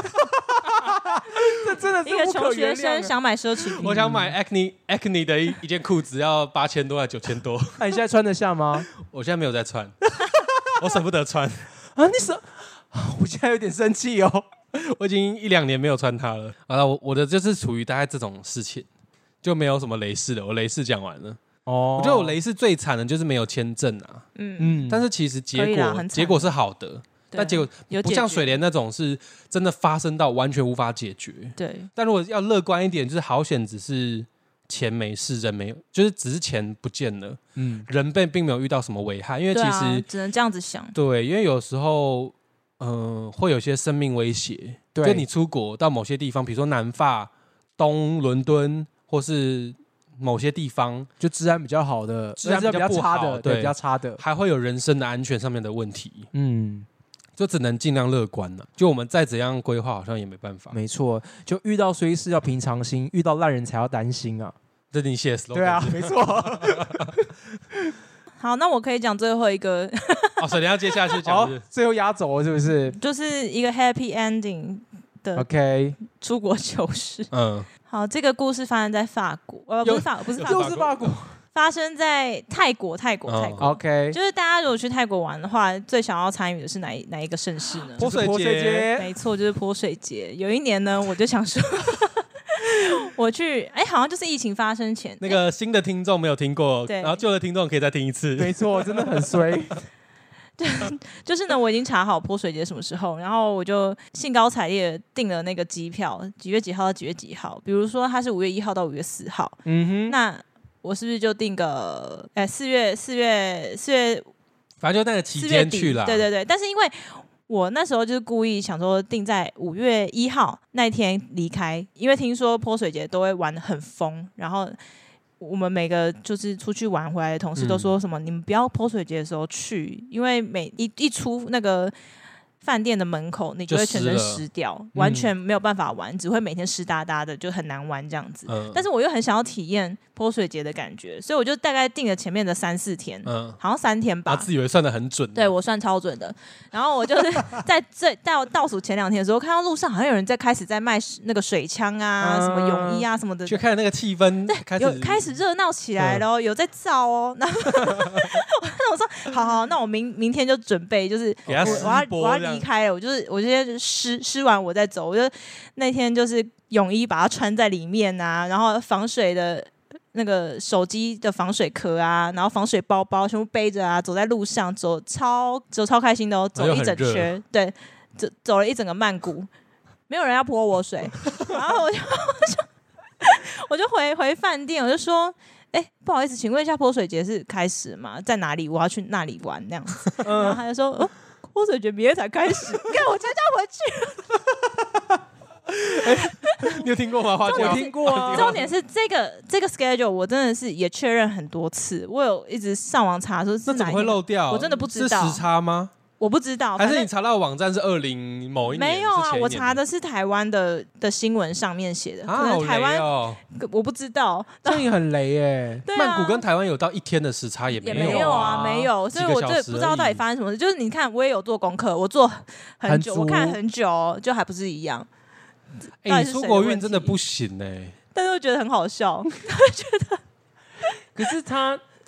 Speaker 3: 这真的是
Speaker 2: 一个
Speaker 3: 不可
Speaker 2: 穷学
Speaker 3: 原谅的。
Speaker 2: 生想买奢侈品。
Speaker 4: 我想买 Acne Acne 的一一件裤子要八千多还九千多，
Speaker 3: 那、你现在穿得下吗？
Speaker 4: 我现在没有在穿，我舍不得穿，
Speaker 3: 啊，你舍，我现在有点生气哦。
Speaker 4: 我已经一两年没有穿它了。好了，我我的就是处于大概这种事情，就没有什么雷士的。我雷士讲完了。
Speaker 3: 哦
Speaker 4: 我觉得我雷士最惨的就是没有签证啊。
Speaker 2: 嗯，
Speaker 3: 嗯
Speaker 4: 但是其实结果
Speaker 2: 可以啦很惨
Speaker 4: 结果是好的，
Speaker 2: 对
Speaker 4: 但结果不
Speaker 2: 有解决
Speaker 4: 像水莲那种是真的发生到完全无法解决。
Speaker 2: 对
Speaker 4: 但如果要乐观一点，就是好险只是钱没事，人没有，就是只是钱不见了，
Speaker 3: 嗯，
Speaker 4: 人被并没有遇到什么危害。因为其
Speaker 2: 对啊
Speaker 4: 实
Speaker 2: 只能这样子想。
Speaker 4: 对，因为有时候嗯、呃会有些生命威胁。
Speaker 3: 对
Speaker 4: 就你出国到某些地方，比如说南法、东伦敦，或是某些地方，
Speaker 3: 就治安比较好的，
Speaker 4: 治安
Speaker 3: 比较
Speaker 4: 比较不
Speaker 3: 差的，
Speaker 4: 好对
Speaker 3: 比较差的。
Speaker 4: 还会有人身的安全上面的问题。
Speaker 3: 嗯，
Speaker 4: 就只能尽量乐观了。就我们再怎样规划，好像也没办法。
Speaker 3: 没错，就遇到衰事要平常心，遇到烂人才要担心啊。
Speaker 4: 这是你写的 slogan
Speaker 3: 对啊，
Speaker 4: 是不是
Speaker 3: 没错。
Speaker 2: 好，那我可以讲最后一个，
Speaker 4: 哦，所以等一下接下去讲
Speaker 3: 好
Speaker 4: 是不是，
Speaker 3: 最后压轴了是不是
Speaker 2: 就是一个 happy ending 的
Speaker 3: ？OK，
Speaker 2: 出国糗事。
Speaker 4: 嗯，
Speaker 2: 好，这个故事发生在法国，呃，不
Speaker 4: 又
Speaker 2: 是法，不是法
Speaker 4: 又
Speaker 2: 国，
Speaker 3: 又是法国。
Speaker 2: 发生在泰国，泰国，
Speaker 4: 哦
Speaker 2: 泰国。
Speaker 3: OK，
Speaker 2: 就是大家如果去泰国玩的话，最想要参与的是哪一哪一个盛事呢？
Speaker 4: 泼水
Speaker 3: 泼水
Speaker 4: 节
Speaker 3: 节，
Speaker 2: 没错，就是泼水节。有一年呢，我就想说，我去，哎、好像就是疫情发生前，
Speaker 4: 那个新的听众没有听过，
Speaker 2: 对
Speaker 4: 然后旧的听众可以再听一次。
Speaker 3: 没错，真的很衰。
Speaker 2: 就是呢，我已经查好泼水节什么时候，然后我就兴高采烈地订了那个机票，几月几号到几月几号。比如说它是五月一号到五月四号，
Speaker 3: 嗯哼，
Speaker 2: 那我是不是就订个，哎，四月四月四月
Speaker 4: 反正就那个期
Speaker 2: 四月底？
Speaker 4: 间去啦。
Speaker 2: 对对对，但是因为我那时候就是故意想说定在五月一号那一天离开，因为听说泼水节都会玩得很疯，然后我们每个就是出去玩回来的同事都说什么，你们不要泼水节的时候去，因为每一一出那个饭店的门口，你就会全身
Speaker 4: 就湿了
Speaker 2: 湿掉，完全没有办法玩，只会每天湿哒哒的，就很难玩这样子。
Speaker 4: 嗯
Speaker 2: 但是我又很想要体验泼水节的感觉，所以我就大概定了前面的三四天，
Speaker 4: 嗯，
Speaker 2: 好像三天吧
Speaker 4: 他。自以为算的很准。
Speaker 2: 对，我算超准的，然后我就是在最到倒数前两天的时候，看到路上好像有人在开始在卖那个水枪啊、
Speaker 3: 嗯
Speaker 2: 什么泳衣啊什么的，
Speaker 4: 去看那个气氛，开始
Speaker 2: 有开始热闹起来了哦，有在造哦。然后我说好好，那我明明天就准备，就是
Speaker 4: 给他
Speaker 2: 我我要
Speaker 4: 湿播
Speaker 2: 我要
Speaker 4: 这样
Speaker 2: 离开了，我就是我直接湿湿完我再走，我就那天就是泳衣把它穿在里面啊，然后防水的。那个手机的防水壳啊，然后防水包包全部背着啊，走在路上走超走超开心的哦，走一整圈，对，走走了一整个曼谷，没有人要泼我水，然后我就我就我就回回饭店，我就说，哎、欸，不好意思，请问一下泼水节是开始吗？在哪里？我要去那里玩那样子，然后他就说，哦，泼水节明天才开始，你看我就要回去。
Speaker 4: 欸、你有听过吗？花椒
Speaker 3: 我听过啊。
Speaker 2: 重点是这个这个 schedule 我真的是也确认很多次，我有一直上网查说是
Speaker 4: 那怎么会漏掉？
Speaker 2: 我真的不知道
Speaker 4: 是时差吗？
Speaker 2: 我不知道，
Speaker 4: 还是你查到网站是二零某一年？
Speaker 2: 没有啊，
Speaker 4: 是
Speaker 2: 我查的是台湾的的新闻上面写的，
Speaker 4: 啊，
Speaker 2: 可能台湾、
Speaker 4: 哦、
Speaker 2: 我不知道，
Speaker 3: 这样也很雷耶。
Speaker 2: 对啊，
Speaker 4: 曼谷跟台湾有到一天的时差也没
Speaker 2: 也
Speaker 4: 有、啊、
Speaker 2: 没有啊，没有，所以我就不知道到底发生什么事。就是你看，我也有做功课，我做很久，
Speaker 3: 很
Speaker 2: 我看很久，就还不是一样。
Speaker 4: 哎、欸，你出国运真的不行哎、欸，
Speaker 2: 但是我觉得很好笑，觉得。
Speaker 3: 可是他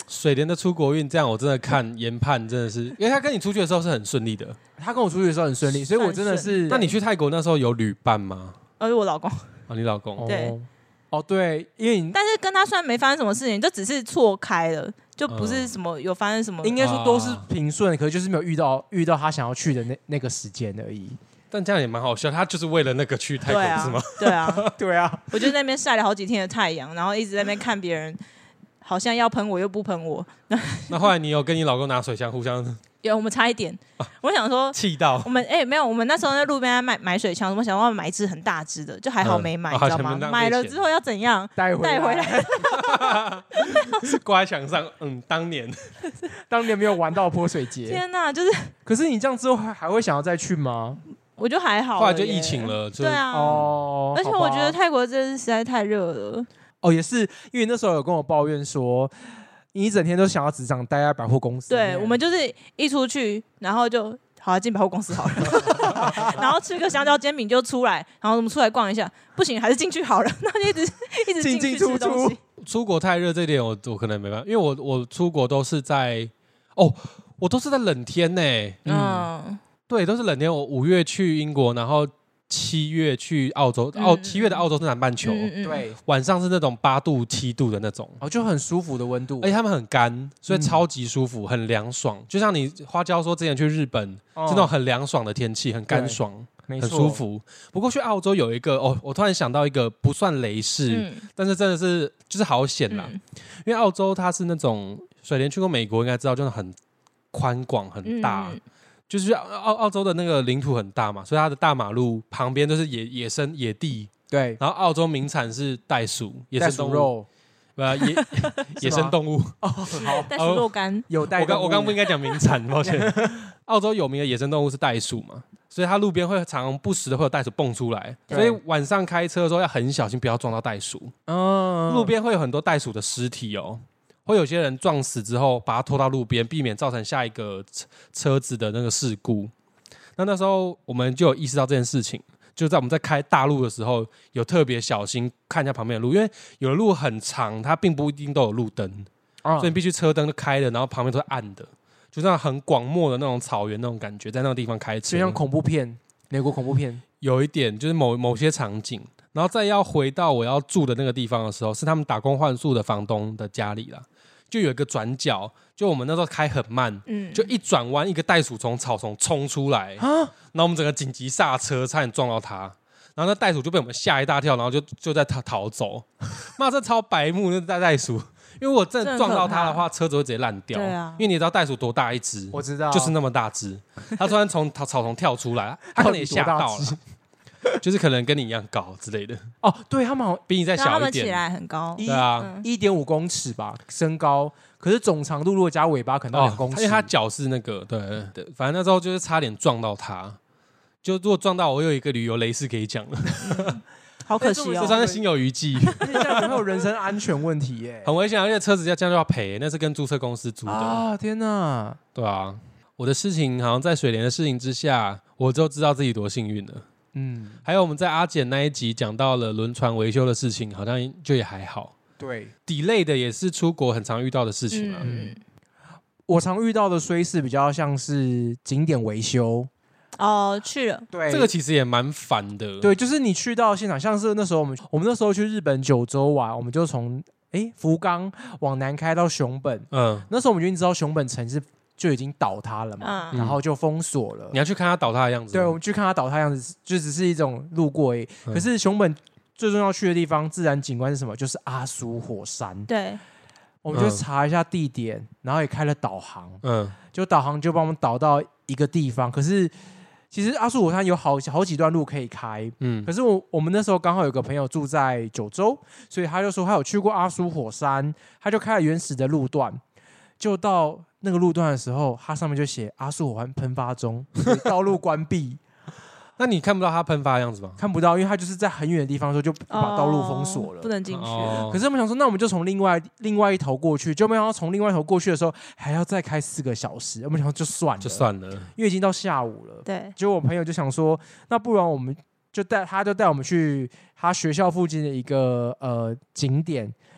Speaker 4: 水莲的出国运，这样我真的看研判真的是，因为他跟你出去的时候是很顺利的，
Speaker 3: 他跟我出去的时候很顺利，所以我真的是。
Speaker 4: 那你去泰国那时候有旅伴吗？
Speaker 2: 呃，我老公。
Speaker 4: 哦，你老公。
Speaker 2: 对。
Speaker 3: 哦哦，对，因为你
Speaker 2: 但是跟他虽然没发生什么事情，就只是错开了，就不是什么有发生什么。
Speaker 3: 应该说都是平顺，可是就是没有遇到遇到他想要去的那那个时间而已。
Speaker 4: 但这样也蛮好笑，他就是为了那个去泰国、
Speaker 2: 啊、
Speaker 4: 是吗？
Speaker 2: 对啊，
Speaker 3: 对啊，
Speaker 2: 我就在那边晒了好几天的太阳，然后一直在那边看别人，好像要喷我又不喷我。
Speaker 4: 那后来你有跟你老公拿水枪互相？
Speaker 2: 有，我们差一点。啊、我想说
Speaker 4: 气到
Speaker 2: 我们哎、欸、没有，我们那时候在路边买买水枪，我们想要买一支很大支的，就还好没买，嗯、你知道吗？哦、买了之后要怎样
Speaker 3: 带回
Speaker 2: 带回来？
Speaker 4: 挂在墙上。嗯，当年
Speaker 3: 当年没有玩到泼水节。
Speaker 2: 天哪，就是。
Speaker 3: 可是你这样之后还还会想要再去吗？
Speaker 2: 我就还好，
Speaker 4: 后来就疫情了。
Speaker 2: 对啊，
Speaker 3: 哦，
Speaker 2: 而且我觉得泰国真是实在太热了。
Speaker 3: 哦，也是因为那时候有跟我抱怨说。你一整天都想要只想待在百货公司。
Speaker 2: 对，我们就是一出去，然后就好进百货公司好了，然后吃个香蕉煎饼就出来，然后我们出来逛一下，不行还是进去好了，然后就一直一直进去吃东西。
Speaker 4: 出国太热这点我我可能没办法，因为我我出国都是在哦，我都是在冷天呢、欸。嗯，嗯对，都是冷天。我五月去英国，然后。七月去澳洲，澳七月的澳洲是南半球，
Speaker 2: 嗯嗯、
Speaker 3: 对，
Speaker 4: 晚上是那种八度、七度的那种，
Speaker 3: 哦，就很舒服的温度，
Speaker 4: 而且他们很干，所以超级舒服，嗯、很凉爽。就像你花椒说之前去日本，哦、是那种很凉爽的天气，很干爽，很舒服。不过去澳洲有一个哦，我突然想到一个不算雷事，嗯、但是真的是就是好险啦，嗯、因为澳洲它是那种水莲去过美国应该知道，就是很宽广很大。嗯就是澳澳洲的那个领土很大嘛，所以它的大马路旁边都是野野生野地。
Speaker 3: 对，
Speaker 4: 然后澳洲名产是袋鼠，野生动物，
Speaker 3: 肉，
Speaker 4: 呃野野生动物。
Speaker 2: 哦，好，袋鼠肉干
Speaker 3: 有袋。
Speaker 4: 我刚我刚不应该讲名产，抱歉。澳洲有名的野生动物是袋鼠嘛，所以它路边会常常不时的会有袋鼠蹦出来，所以晚上开车的时候要很小心，不要撞到袋鼠。嗯，路边会有很多袋鼠的尸体哦。会有些人撞死之后把它拖到路边，避免造成下一个车子的那个事故。那那时候我们就有意识到这件事情，就在我们在开大路的时候，有特别小心看一下旁边的路，因为有的路很长，它并不一定都有路灯，啊、所以你必须车灯都开了，然后旁边都是暗的，就那很广漠的那种草原那种感觉，在那个地方开车，
Speaker 3: 就像恐怖片，美国恐怖片，
Speaker 4: 有一点就是某某些场景。然后再要回到我要住的那个地方的时候，是他们打工换宿的房东的家里啦。就有一个转角，就我们那时候开很慢，嗯、就一转弯，一个袋鼠从草丛冲出来，然后我们整个紧急刹车，差点撞到它，然后那袋鼠就被我们嚇一大跳，然后就就在逃逃走。妈，这超白目，那袋袋鼠，因为我真的撞到它的话，车子会直接烂掉。
Speaker 2: 啊、
Speaker 4: 因为你知道袋鼠多大一只，
Speaker 3: 我知道，
Speaker 4: 就是那么大只。它突然从草丛跳出来，它可能也吓到了。就是可能跟你一样高之类的
Speaker 3: 哦，对他们好
Speaker 4: 比你再小一点，他
Speaker 2: 们起来很高，
Speaker 4: 对啊，
Speaker 3: 一点五公尺吧身高，可是总长度如果加尾巴可能到两公尺，
Speaker 4: 因为他脚是那个，对对，反正那时候就是差点撞到他，就如果撞到我有一个旅游雷事可以讲了，
Speaker 2: 嗯、好可惜哦，
Speaker 4: 这算是心有余悸，
Speaker 3: 这样子会有人身安全问题耶，
Speaker 4: 很危险，而且车子要这样就要赔，那是跟租车公司租的
Speaker 3: 啊，天哪，
Speaker 4: 对啊，我的事情好像在水莲的事情之下，我就知道自己多幸运了。嗯，还有我们在阿简那一集讲到了轮船维修的事情，好像就也还好。
Speaker 3: 对
Speaker 4: ，delay 的也是出国很常遇到的事情啊。嗯，
Speaker 3: 我常遇到的衰事比较像是景点维修。
Speaker 2: 哦，去了，
Speaker 3: 对，
Speaker 4: 这个其实也蛮烦的。
Speaker 3: 对，就是你去到现场，像是那时候我们我们那时候去日本九州玩，我们就从哎福冈往南开到熊本。嗯，那时候我们就已经知道熊本城是。就已经倒塌了嘛，嗯、然后就封锁了。
Speaker 4: 你要去看它倒塌的样子？
Speaker 3: 对，我们去看它倒塌的样子，就只是一种路过而已。嗯、可是熊本最重要去的地方，自然景观是什么？就是阿苏火山。
Speaker 2: 对，
Speaker 3: 我们就查一下地点，然后也开了导航。嗯，就导航就帮我们导到一个地方。可是其实阿苏火山有好好几段路可以开。嗯，可是我我们那时候刚好有个朋友住在九州，所以他就说他有去过阿苏火山，他就开了原始的路段，就到。那个路段的时候，它上面就写阿苏火山喷发中，道路关闭。
Speaker 4: 那你看不到它喷发的样子吗？
Speaker 3: 看不到，因为它就是在很远的地方的时候就把道路封锁了，
Speaker 2: 哦、不能进去。
Speaker 3: 哦、可是我们想说，那我们就从另外另外一头过去，就没想到从另外一头过去的时候还要再开四个小时。我们想说就算了，
Speaker 4: 就算了，
Speaker 3: 因为已经到下午了。
Speaker 2: 对，
Speaker 3: 结果我朋友就想说，那不然我们就带他就带我们去他学校附近的一个呃景点。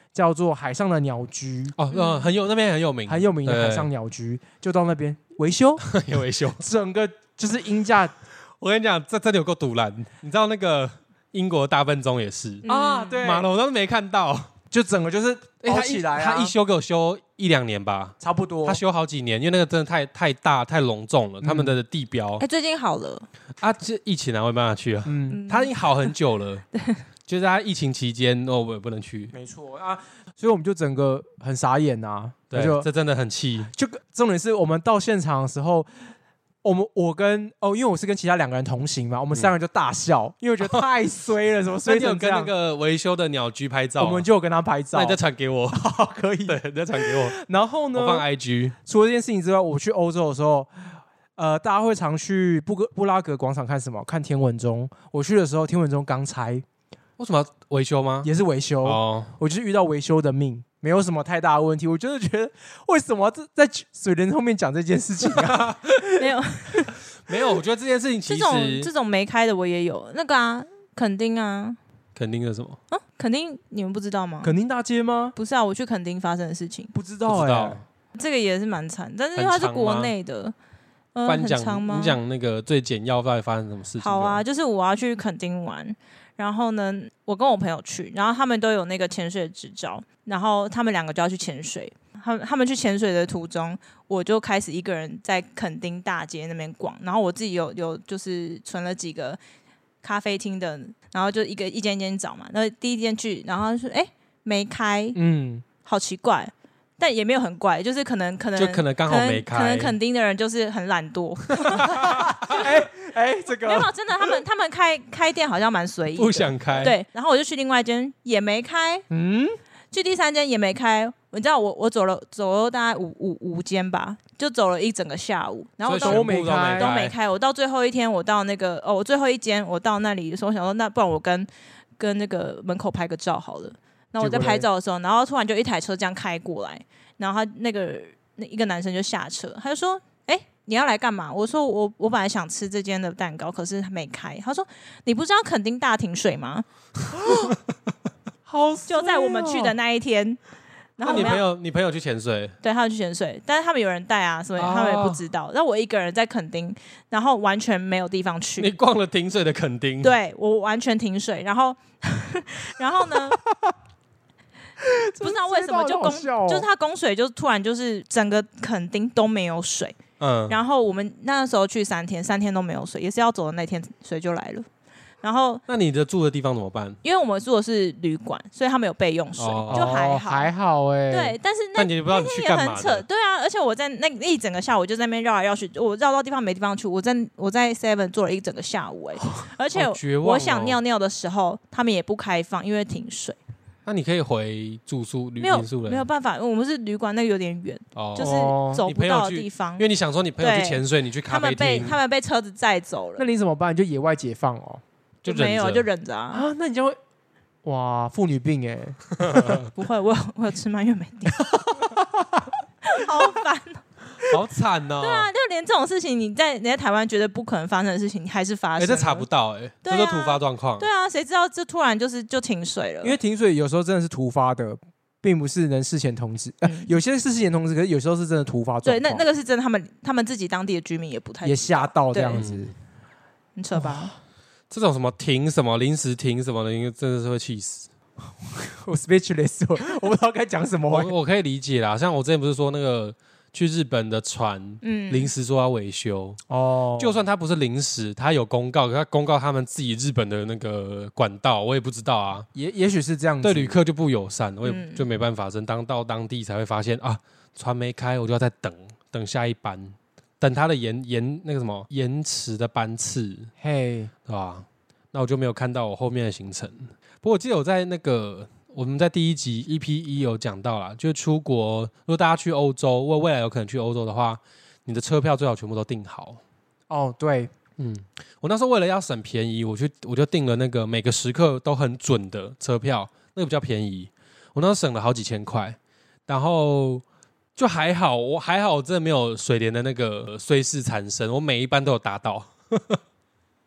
Speaker 3: 叫做海上的鸟居
Speaker 4: 哦，嗯，很有那边很有名，
Speaker 3: 很有名的海上鸟居，就到那边维修，
Speaker 4: 有维修，
Speaker 3: 整个就是鹰架。
Speaker 4: 我跟你讲，这真的有够堵拦，你知道那个英国大笨钟也是、
Speaker 2: 嗯、
Speaker 3: 啊，对，
Speaker 4: 妈的，我都没看到，
Speaker 3: 就整个就是包起来、啊
Speaker 4: 他一修给我修一两年吧，
Speaker 3: 差不多，
Speaker 4: 他修好几年，因为那个真的太太大太隆重了，
Speaker 3: 嗯、
Speaker 4: 他们的地标。
Speaker 2: 哎、欸，最近好了
Speaker 4: 啊，这疫情哪会办法去啊？
Speaker 3: 嗯，
Speaker 4: 他已经好很久了，就是他疫情期间，哦，我也不能去。
Speaker 3: 没错啊，所以我们就整个很傻眼啊，
Speaker 4: 对，
Speaker 3: 就
Speaker 4: 这真的很气。
Speaker 3: 就重点是我们到现场的时候。我们我跟哦，因为我是跟其他两个人同行嘛，我们三个人就大笑，嗯、因为我觉得太衰了，什么衰成这样。
Speaker 4: 那你有跟那个维修的鸟居拍照、啊？
Speaker 3: 我们就有跟他拍照。
Speaker 4: 那你再传给我，
Speaker 3: 好，可以。
Speaker 4: 对，你再传给我。
Speaker 3: 然后呢，
Speaker 4: 我放 I G。
Speaker 3: 除了这件事情之外，我去欧洲的时候，呃，大家会常去布格布拉格广场看什么？看天文钟。我去的时候，天文钟刚拆。
Speaker 4: 为什么要维修吗？
Speaker 3: 也是维修。哦，我就是遇到维修的命。没有什么太大的问题，我真的觉得为什么在水莲后面讲这件事情啊？
Speaker 2: 没有，
Speaker 4: 没有，我觉得这件事情其实
Speaker 2: 这种这种没开的我也有，那个啊，垦丁啊，
Speaker 4: 垦丁的什么？
Speaker 2: 啊，垦丁你们不知道吗？
Speaker 3: 垦丁大街吗？
Speaker 2: 不是啊，我去垦丁发生的事情，
Speaker 3: 不知道哎、欸，
Speaker 2: 这个也是蛮惨，但是因为它是国内的，
Speaker 4: 呃，很长吗？你讲那个最简要到底发生什么事情？
Speaker 2: 好啊，就是我要去垦丁玩。然后呢，我跟我朋友去，然后他们都有那个潜水执照，然后他们两个就要去潜水。他们他们去潜水的途中，我就开始一个人在垦丁大街那边逛，然后我自己有有就是存了几个咖啡厅的，然后就一个一间一间找嘛。那第一间去，然后就说哎没开，嗯，好奇怪。但也没有很怪，就是可能可能
Speaker 4: 就可能刚好没开，
Speaker 2: 可能垦丁的人就是很懒惰。
Speaker 3: 哎哎，这个
Speaker 2: 没有真的，他们他们开开店好像蛮随意的，
Speaker 4: 不想开。
Speaker 2: 对，然后我就去另外一间也没开，嗯，去第三间也没开。你知道我我走了走了大概五五五间吧，就走了一整个下午，然后
Speaker 3: 都没开
Speaker 2: 都没开。我到最后一天，我到那个哦，我最后一间我到那里的时候，我想说那不然我跟跟那个门口拍个照好了。然后我在拍照的时候，然后突然就一台车这样开过来，然后他那个那一个男生就下车，他就说：“哎、欸，你要来干嘛？”我说：“我我本来想吃这间的蛋糕，可是没开。”他说：“你不知道垦丁大停水吗？”
Speaker 3: 好、哦，
Speaker 2: 就在我们去的那一天。然后
Speaker 4: 你朋友你朋友去潜水，
Speaker 2: 对，他们去潜水，但是他们有人带啊，所以他们也不知道。那、哦、我一个人在垦丁，然后完全没有地方去。
Speaker 4: 你逛了停水的垦丁，
Speaker 2: 对我完全停水，然后然后呢？不知道为什么就供、
Speaker 3: 哦、
Speaker 2: 就是它供水就突然就是整个垦丁都没有水，嗯，然后我们那时候去三天，三天都没有水，也是要走的那天水就来了。然后
Speaker 4: 那你的住的地方怎么办？
Speaker 2: 因为我们住的是旅馆，所以他们有备用水，哦、就还好，
Speaker 3: 还好哎、欸。
Speaker 2: 对，但是那
Speaker 4: 但你不知道你去干嘛的，
Speaker 2: 那天也很扯，对啊，而且我在那一整个下午就在那边绕来绕去，我绕到地方没地方去，我在我在 Seven 坐了一整个下午哎、欸，而且我想尿尿的时候，他们也不开放，因为停水。
Speaker 4: 那你可以回住宿旅
Speaker 2: 民
Speaker 4: 宿了，
Speaker 2: 没有办法，我们是旅馆，那个有点远，哦、就是走不到的地方。
Speaker 4: 因为你想说你朋友去潜水，你去咖啡厅，
Speaker 2: 他们被他们被车子载走了，
Speaker 3: 那你怎么办？就野外解放哦，
Speaker 2: 就没有就忍着啊。
Speaker 3: 啊，那你就会哇，妇女病哎、
Speaker 2: 欸，不会，我有我有吃蔓越莓定，好烦、喔。
Speaker 4: 好惨哦！
Speaker 2: 对啊，就连这种事情，你在你在台湾觉得不可能发生的事情，你还是发生了。
Speaker 4: 哎、欸，这查不到哎、欸，这是突发状况。
Speaker 2: 对啊，谁知道这突然就是就停水了？
Speaker 3: 因为停水有时候真的是突发的，并不是能事前通知。嗯呃、有些是事前通知，可是有时候是真的突发状况。
Speaker 2: 对，那那个是真的，他们他们自己当地的居民也不太
Speaker 3: 也吓到这样子，
Speaker 2: 很扯吧？
Speaker 4: 这种什么停什么临时停什么的，真的是会气死。
Speaker 3: 我 speechless， 我, 我不知道该讲什么
Speaker 4: 我。我可以理解啦，像我之前不是说那个。去日本的船，嗯，临时说要维修哦，就算他不是临时，他有公告，他公告他们自己日本的那个管道，我也不知道啊，
Speaker 3: 也也许是这样子，
Speaker 4: 对旅客就不友善，我也、嗯、就没办法，等当到当地才会发现啊，船没开，我就要再等等下一班，等他的延延那个什么延迟的班次，嘿，对吧？那我就没有看到我后面的行程。不过我记得我在那个。我们在第一集 E P 一 有讲到啦，就是出国，如果大家去欧洲，或未来有可能去欧洲的话，你的车票最好全部都订好。
Speaker 3: 哦，对，
Speaker 4: 嗯，我那时候为了要省便宜，我去我就订了那个每个时刻都很准的车票，那个比较便宜，我那时候省了好几千块，然后就还好，我还好，我真的没有水莲的那个衰事缠身，我每一班都有达到。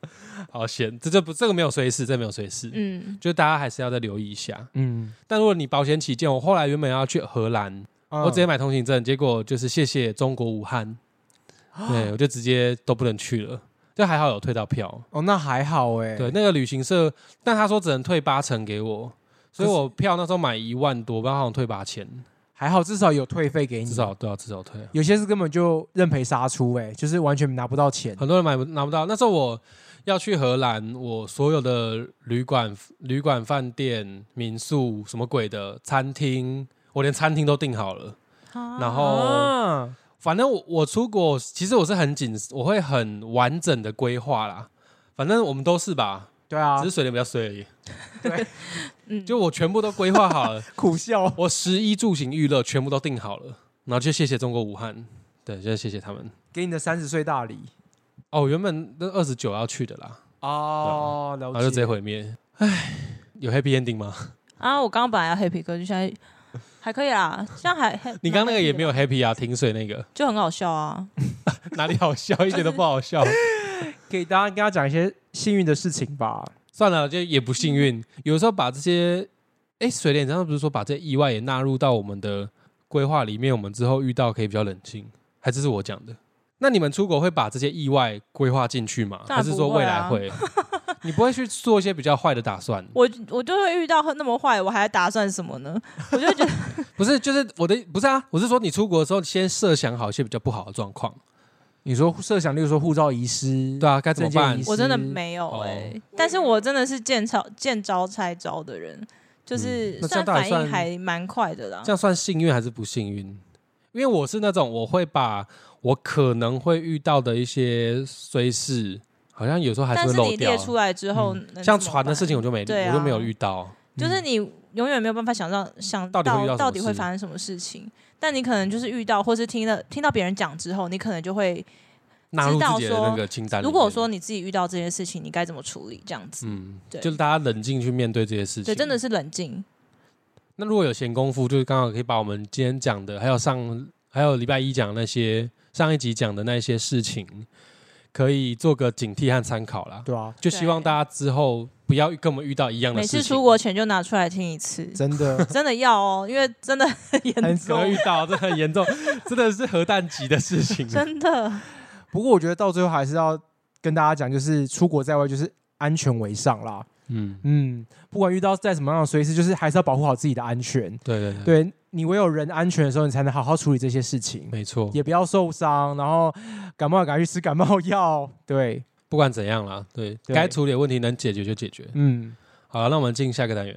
Speaker 4: 好险，这这不这个没有随时，这没有随时，
Speaker 2: 嗯，
Speaker 4: 就大家还是要再留意一下。
Speaker 3: 嗯，
Speaker 4: 但如果你保险起见，我后来原本要去荷兰，
Speaker 3: 嗯
Speaker 4: 我直接买通行证，结果就是谢谢中国武汉，对我就直接都不能去了。就还好有退到票，
Speaker 3: 哦，那还好哎。
Speaker 4: 对，那个旅行社，但他说只能退八成给我，所以我票那时候买一万多，不知道好像退八千，
Speaker 3: 还好至少有退费给你，
Speaker 4: 至少对啊，至少退。
Speaker 3: 有些是根本就认赔杀出哎，就是完全拿不到钱。
Speaker 4: 很多人买不拿不到。那时候我要去荷兰，我所有的旅馆、旅馆、饭店、民宿什么鬼的餐厅，我连餐厅都订好了，
Speaker 2: 啊
Speaker 4: 然后。
Speaker 3: 啊
Speaker 4: 反正我我出国，其实我是很紧，我会很完整的规划啦。反正我们都是吧，
Speaker 3: 对啊
Speaker 4: 只是，水莲比较衰而已。
Speaker 3: 对，
Speaker 2: 嗯
Speaker 4: 就我全部都规划好了，
Speaker 3: 苦笑。
Speaker 4: 我食衣住行娱乐全部都定好了，然后就谢谢中国武汉，对，就谢谢他们。
Speaker 3: 给你的三十岁大礼
Speaker 4: 哦，原本都二十九要去的啦，
Speaker 3: 哦，了解。
Speaker 4: 然后就直接毁灭。唉，有 happy ending 吗？
Speaker 2: 啊，我刚刚本来要 happy，可是现在还可以啦，现在还
Speaker 4: 你刚刚那个也没有 happy 啊，停水那个
Speaker 2: 就很好笑啊。
Speaker 4: 哪里好笑？一点都不好笑。
Speaker 3: 给大家跟他讲一些幸运的事情吧。
Speaker 4: 算了，就也不幸运。有时候把这些，哎，水莲，你刚刚不是说把这些意外也纳入到我们的规划里面，我们之后遇到可以比较冷静？还是是我讲的？那你们出国会把这些意外规划进去吗？
Speaker 2: 当然
Speaker 4: 还是说未来会？你不会去做一些比较坏的打算？
Speaker 2: 我我就会遇到那么坏，我还打算什么呢？我就觉得
Speaker 4: 不是，就是我的不是啊，我是说你出国的时候先设想好一些比较不好的状况。
Speaker 3: 你说设想，例如说护照遗失，
Speaker 4: 对啊，该怎么办
Speaker 3: 证件遗？失
Speaker 2: 我真的没有哎、
Speaker 4: 哦
Speaker 2: 但是我真的是见招见招拆招的人，就是
Speaker 4: 嗯那这样
Speaker 2: 算反应
Speaker 4: 到底算
Speaker 2: 还蛮快的啦
Speaker 4: 这。样算幸运还是不幸运？因为我是那种我会把我可能会遇到的一些衰事，好像有时候还
Speaker 2: 但是
Speaker 4: 是会漏掉。
Speaker 2: 你列出来之后，
Speaker 4: 嗯
Speaker 2: 能
Speaker 4: 像
Speaker 2: 怎么办
Speaker 4: 船的事情，我就没，
Speaker 2: 对啊
Speaker 4: 我就没有遇到。
Speaker 2: 就是你永远没有办法想到想
Speaker 4: 到底会遇到什么
Speaker 2: 到底会
Speaker 4: 事
Speaker 2: 发生什么事情，但你可能就是遇到，或是听了听到别人讲之后，你可能就会，
Speaker 4: 纳入
Speaker 2: 知道
Speaker 4: 自己的那个清单里面。
Speaker 2: 如果说你自己遇到这件事情，你该怎么处理？这样子，
Speaker 4: 嗯，
Speaker 2: 对
Speaker 4: 就是大家冷静去面对这些事情。
Speaker 2: 对，真的是冷静。
Speaker 4: 那如果有闲工夫，就是刚好可以把我们今天讲的，还有上还有礼拜一讲的那些上一集讲的那些事情，可以做个警惕和参考啦。
Speaker 3: 对啊，
Speaker 4: 就希望大家之后不要跟我们遇到一样的
Speaker 2: 每
Speaker 4: 事情。
Speaker 2: 次出国前就拿出来听一次，
Speaker 3: 真的
Speaker 2: 真的要哦，因为真的很严
Speaker 3: 很
Speaker 2: 重
Speaker 4: 可能，遇到，这很严重，真的是核弹级的事情。
Speaker 2: 真的。
Speaker 3: 不过我觉得到最后还是要跟大家讲，就是出国在外就是安全为上啦。
Speaker 4: 嗯，
Speaker 3: 嗯，不管遇到再什么样的随时，就是还是要保护好自己的安全。
Speaker 4: 对对对，
Speaker 3: 对你唯有人安全的时候，你才能好好处理这些事情，
Speaker 4: 没错。
Speaker 3: 也不要受伤，然后感冒赶快去吃感冒药。对，
Speaker 4: 不管怎样啦，对，
Speaker 3: 对
Speaker 4: 该处理的问题能解决就解决。
Speaker 3: 嗯，
Speaker 4: 好了，那我们进下个单元。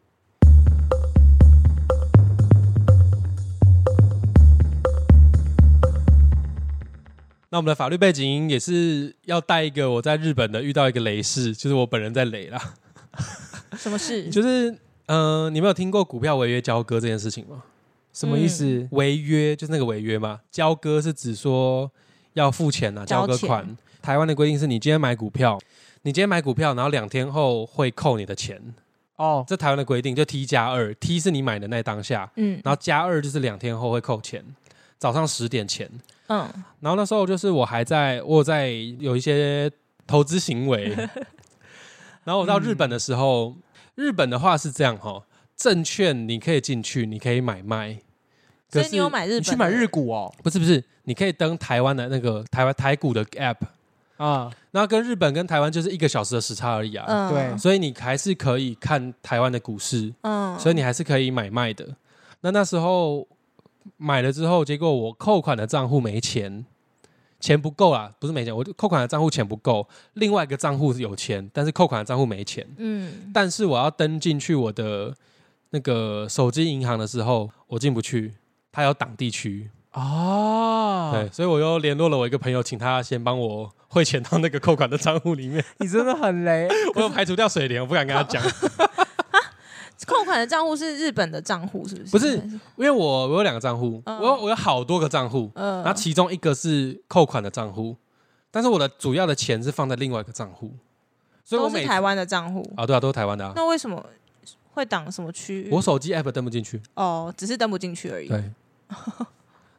Speaker 4: 那我们的法律背景也是要带一个我在日本的遇到一个雷事，就是我本人在雷啦。
Speaker 2: 什么事？
Speaker 4: 就是呃，你们有听过股票违约交割这件事情吗？
Speaker 3: 什么意思？
Speaker 4: 违约就是那个违约嘛，交割是指说要付钱啊，交
Speaker 2: 交钱
Speaker 4: 割款。台湾的规定是你今天买股票，你今天买股票，然后两天后会扣你的钱。
Speaker 3: 哦，
Speaker 4: 这台湾的规定就 T 加二 ，T 是你买的那当下，
Speaker 2: 嗯
Speaker 4: 然后加二就是两天后会扣钱，早上十点前。
Speaker 2: 嗯，
Speaker 4: 然后那时候就是我还在，我有在有一些投资行为。然后我到日本的时候，日本的话是这样哈，证券你可以进去，你可以买卖。
Speaker 2: 所以你有买日本的？
Speaker 3: 你去买日股哦？
Speaker 4: 不是不是，你可以登台湾的那个台湾台股的 app，
Speaker 3: 啊，
Speaker 4: 然后跟日本跟台湾就是一个小时的时差而已啊。
Speaker 2: 嗯，
Speaker 3: 对
Speaker 4: 所以你还是可以看台湾的股市，
Speaker 2: 嗯，
Speaker 4: 所以你还是可以买卖的。那那时候买了之后，结果我扣款的账户没钱，钱不够啦，不是没钱，我扣款的账户钱不够，另外一个账户有钱，但是扣款的账户没钱。
Speaker 2: 嗯，
Speaker 4: 但是我要登进去我的那个手机银行的时候，我进不去，它有挡地区。
Speaker 3: 哦，
Speaker 4: 对，所以我又联络了我一个朋友，请他先帮我汇钱到那个扣款的账户里面。
Speaker 3: 你真的很雷。
Speaker 4: 我有排除掉水莲，我不敢跟他讲，
Speaker 2: 扣款的账户是日本的账户，是不是？
Speaker 4: 不是因为我我有两个账户，
Speaker 2: 嗯
Speaker 4: 我有我有好多个账户，
Speaker 2: 嗯，
Speaker 4: 然后其中一个是扣款的账户，但是我的主要的钱是放在另外一个账户，所以我每次
Speaker 2: 都是台湾的账户。
Speaker 4: 啊，对啊，都是台湾的啊。
Speaker 2: 那为什么会挡什么区域？
Speaker 4: 我手机 app 登不进去，
Speaker 2: 哦，只是登不进去而已。
Speaker 4: 对。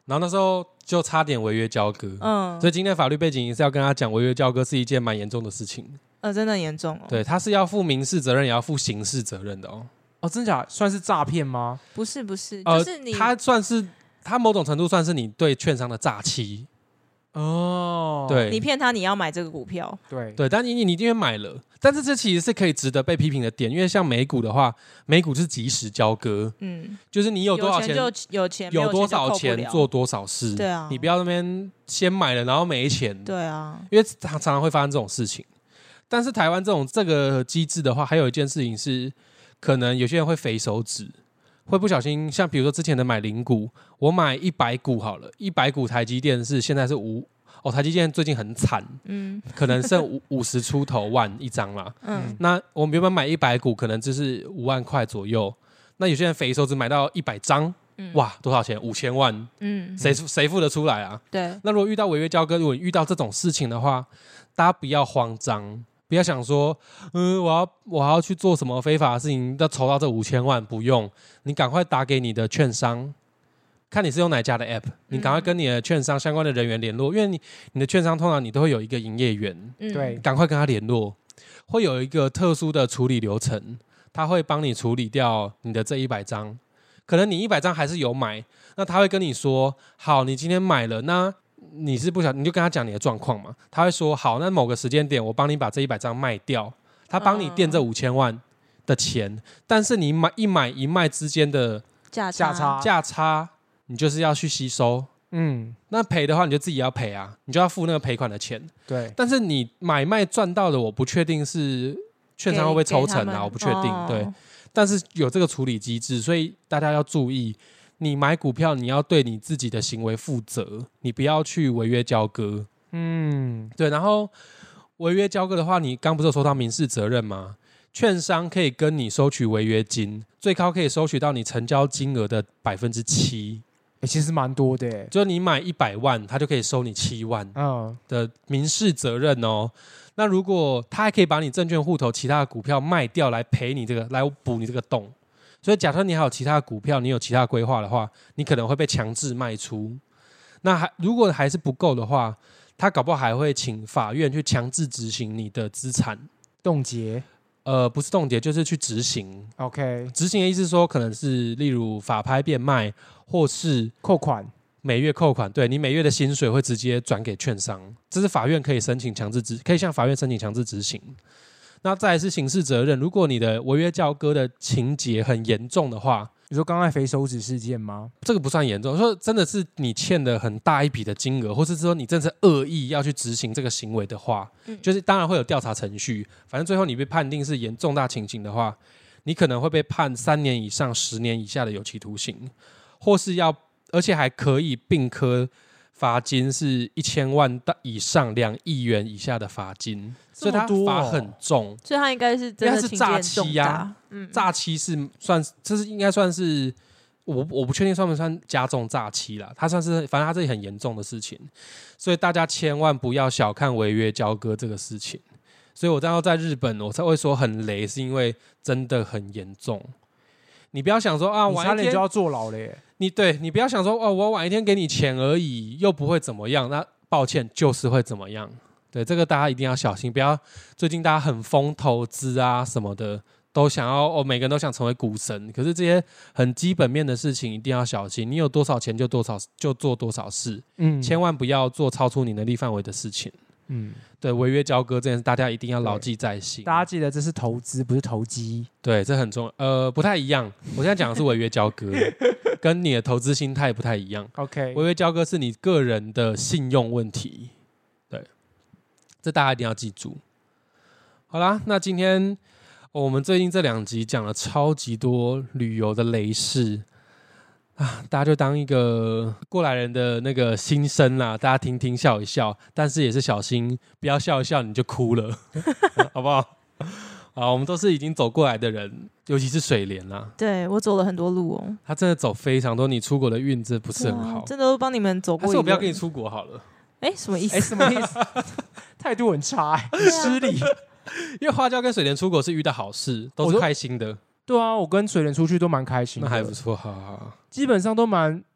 Speaker 4: 然后那时候就差点违约交割。嗯，所以今天法律背景是要跟他讲，违约交割是一件蛮严重的事情。
Speaker 2: 呃，真的严重哦。
Speaker 4: 对，他是要负民事责任，也要负刑事责任的哦。
Speaker 3: 哦，真假？算是诈骗吗？
Speaker 2: 不是，不是，
Speaker 4: 呃、
Speaker 2: 就是你，
Speaker 4: 他算是他某种程度算是你对券商的诈欺。
Speaker 3: 哦，
Speaker 4: 对，
Speaker 2: 你骗他你要买这个股票，
Speaker 3: 对
Speaker 4: 对，但你你因为买了，但是这其实是可以值得被批评的点，因为像美股的话，美股是即时交割，嗯，就是你有多少钱
Speaker 2: 有钱就有钱，
Speaker 4: 有多少钱做多少事，
Speaker 2: 对啊，
Speaker 4: 你不要那边先买了然后没钱，
Speaker 2: 对啊，
Speaker 4: 因为常常常会发生这种事情。但是台湾这种这个机制的话，还有一件事情是，可能有些人会肥手指。会不小心，像比如说之前的买零股，我买一百股好了，一百股台积电是现在是五哦，台积电最近很惨，嗯，可能剩五五十出头万一张啦，嗯，那我们原本买一百股，可能就是五万块左右，那有些人肥手只买到一百张，嗯，哇，多少钱？五千万，嗯，谁谁付得出来啊？
Speaker 2: 对，
Speaker 4: 那如果遇到违约交割，如果遇到这种事情的话，大家不要慌张。不要想说，嗯，我要我还要去做什么非法的事情，要筹到这五千万，不用，你赶快打给你的券商，看你是用哪家的 app， 你赶快跟你的券商相关的人员联络，因为你你的券商通常你都会有一个营业员，
Speaker 3: 对，
Speaker 4: 赶快跟他联络，会有一个特殊的处理流程，他会帮你处理掉你的这一百张，可能你一百张还是有买，那他会跟你说，好，你今天买了，那你是不想你就跟他讲你的状况嘛，他会说好，那某个时间点我帮你把这一百张卖掉，他帮你垫这五千万的钱，嗯、但是你买一买一卖之间的
Speaker 2: 价
Speaker 3: 差
Speaker 4: 价差，你就是要去吸收，嗯，那赔的话你就自己要赔啊，你就要付那个赔款的钱，
Speaker 3: 对，
Speaker 4: 但是你买卖赚到的，我不确定是券商会不会抽成啊，我不确定，哦、对，但是有这个处理机制，所以大家要注意。你买股票，你要对你自己的行为负责，你不要去违约交割。嗯，对。然后违约交割的话，你刚不是有收到民事责任吗？券商可以跟你收取违约金，最高可以收取到你成交金额的百分之七。
Speaker 3: 欸、其实蛮多的耶，
Speaker 4: 就是你买一百万，他就可以收你七万的民事责任哦。那如果他还可以把你证券户头其他的股票卖掉来赔你这个，来补你这个洞。所以假设你还有其他的股票，你有其他的规划的话，你可能会被强制卖出。那还如果还是不够的话，他搞不好还会请法院去强制执行你的资产
Speaker 3: 冻结。
Speaker 4: 呃，不是冻结，就是去执行。
Speaker 3: OK，
Speaker 4: 执行的意思是说，可能是例如法拍变卖，或是
Speaker 3: 扣款，
Speaker 4: 每月扣款。对，你每月的薪水会直接转给券商，这是法院可以申请强制执，可以向法院申请强制执行。那再来是刑事责任，如果你的违约交割的情节很严重的话，
Speaker 3: 你说刚才肥手指事件吗？
Speaker 4: 这个不算严重，说真的是你欠了很大一笔的金额，或是说你真的是恶意要去执行这个行为的话，嗯、就是当然会有调查程序，反正最后你被判定是严重大情形的话，你可能会被判三年以上十年以下的有期徒刑，或是要，而且还可以并科罚金是一千万以上两亿元以下的罚金，所以它罚很重，
Speaker 2: 所以它应该是真的情节很重大，因为它是诈欺呀，
Speaker 4: 嗯，诈欺是算，这是应该算是我我不确定算不算加重诈欺啦，它算是反正它这里很严重的事情，所以大家千万不要小看违约交割这个事情。所以我当时在日本我才会说很雷，是因为真的很严重。你不要想说啊，
Speaker 3: 你差点就要坐牢了耶。
Speaker 4: 你对你不要想说哦，我晚一天给你钱而已，又不会怎么样。那抱歉，就是会怎么样。对，这个大家一定要小心，不要最近大家很疯投资啊什么的，都想要哦，每个人都想成为股神。可是这些很基本面的事情一定要小心。你有多少钱就多少就做多少事，嗯，千万不要做超出你能力范围的事情。嗯，对，违约交割这件事大家一定要牢记在心。
Speaker 3: 大家记得这是投资，不是投机。
Speaker 4: 对，这很重要。呃，不太一样。我现在讲的是违约交割，跟你的投资心态不太一样。
Speaker 3: OK，
Speaker 4: 违约交割是你个人的信用问题。对，这大家一定要记住。好啦，那今天、哦、我们最近这两集讲了超级多旅游的雷事。啊，大家就当一个过来人的那个心声啦，大家听听笑一笑，但是也是小心不要笑一笑你就哭了，好不好？好，我们都是已经走过来的人，尤其是水莲啦。
Speaker 2: 对，我走了很多路哦。
Speaker 4: 他真的走非常多，你出国的运真的不是很好。
Speaker 2: 真的都帮你们走过一轮。
Speaker 4: 还是我不要跟你出国好了？
Speaker 2: 哎，什么意思？
Speaker 3: 哎，什么意思？态度很差、欸，很失礼。
Speaker 4: 因为花椒跟水莲出国是遇到好事，都是开心的。
Speaker 3: 对啊，我跟水莲出去都蛮开心的，
Speaker 4: 那还不错，好好好，
Speaker 3: 基本上都蛮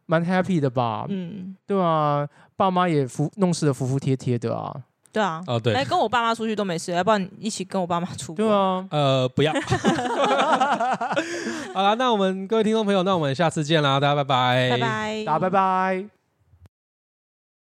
Speaker 3: 蛮 happy 的吧？嗯，对啊，爸妈也服弄事的服服帖帖的啊。
Speaker 2: 对啊，
Speaker 1: 哦对，
Speaker 2: 哎，跟我爸妈出去都没事，要不然一起跟我爸妈出国。
Speaker 3: 对啊，
Speaker 1: 呃，不要。好啦，那我们各位听众朋友，那我们下次见啦，大家拜拜，
Speaker 2: 拜拜，
Speaker 3: 大家拜拜。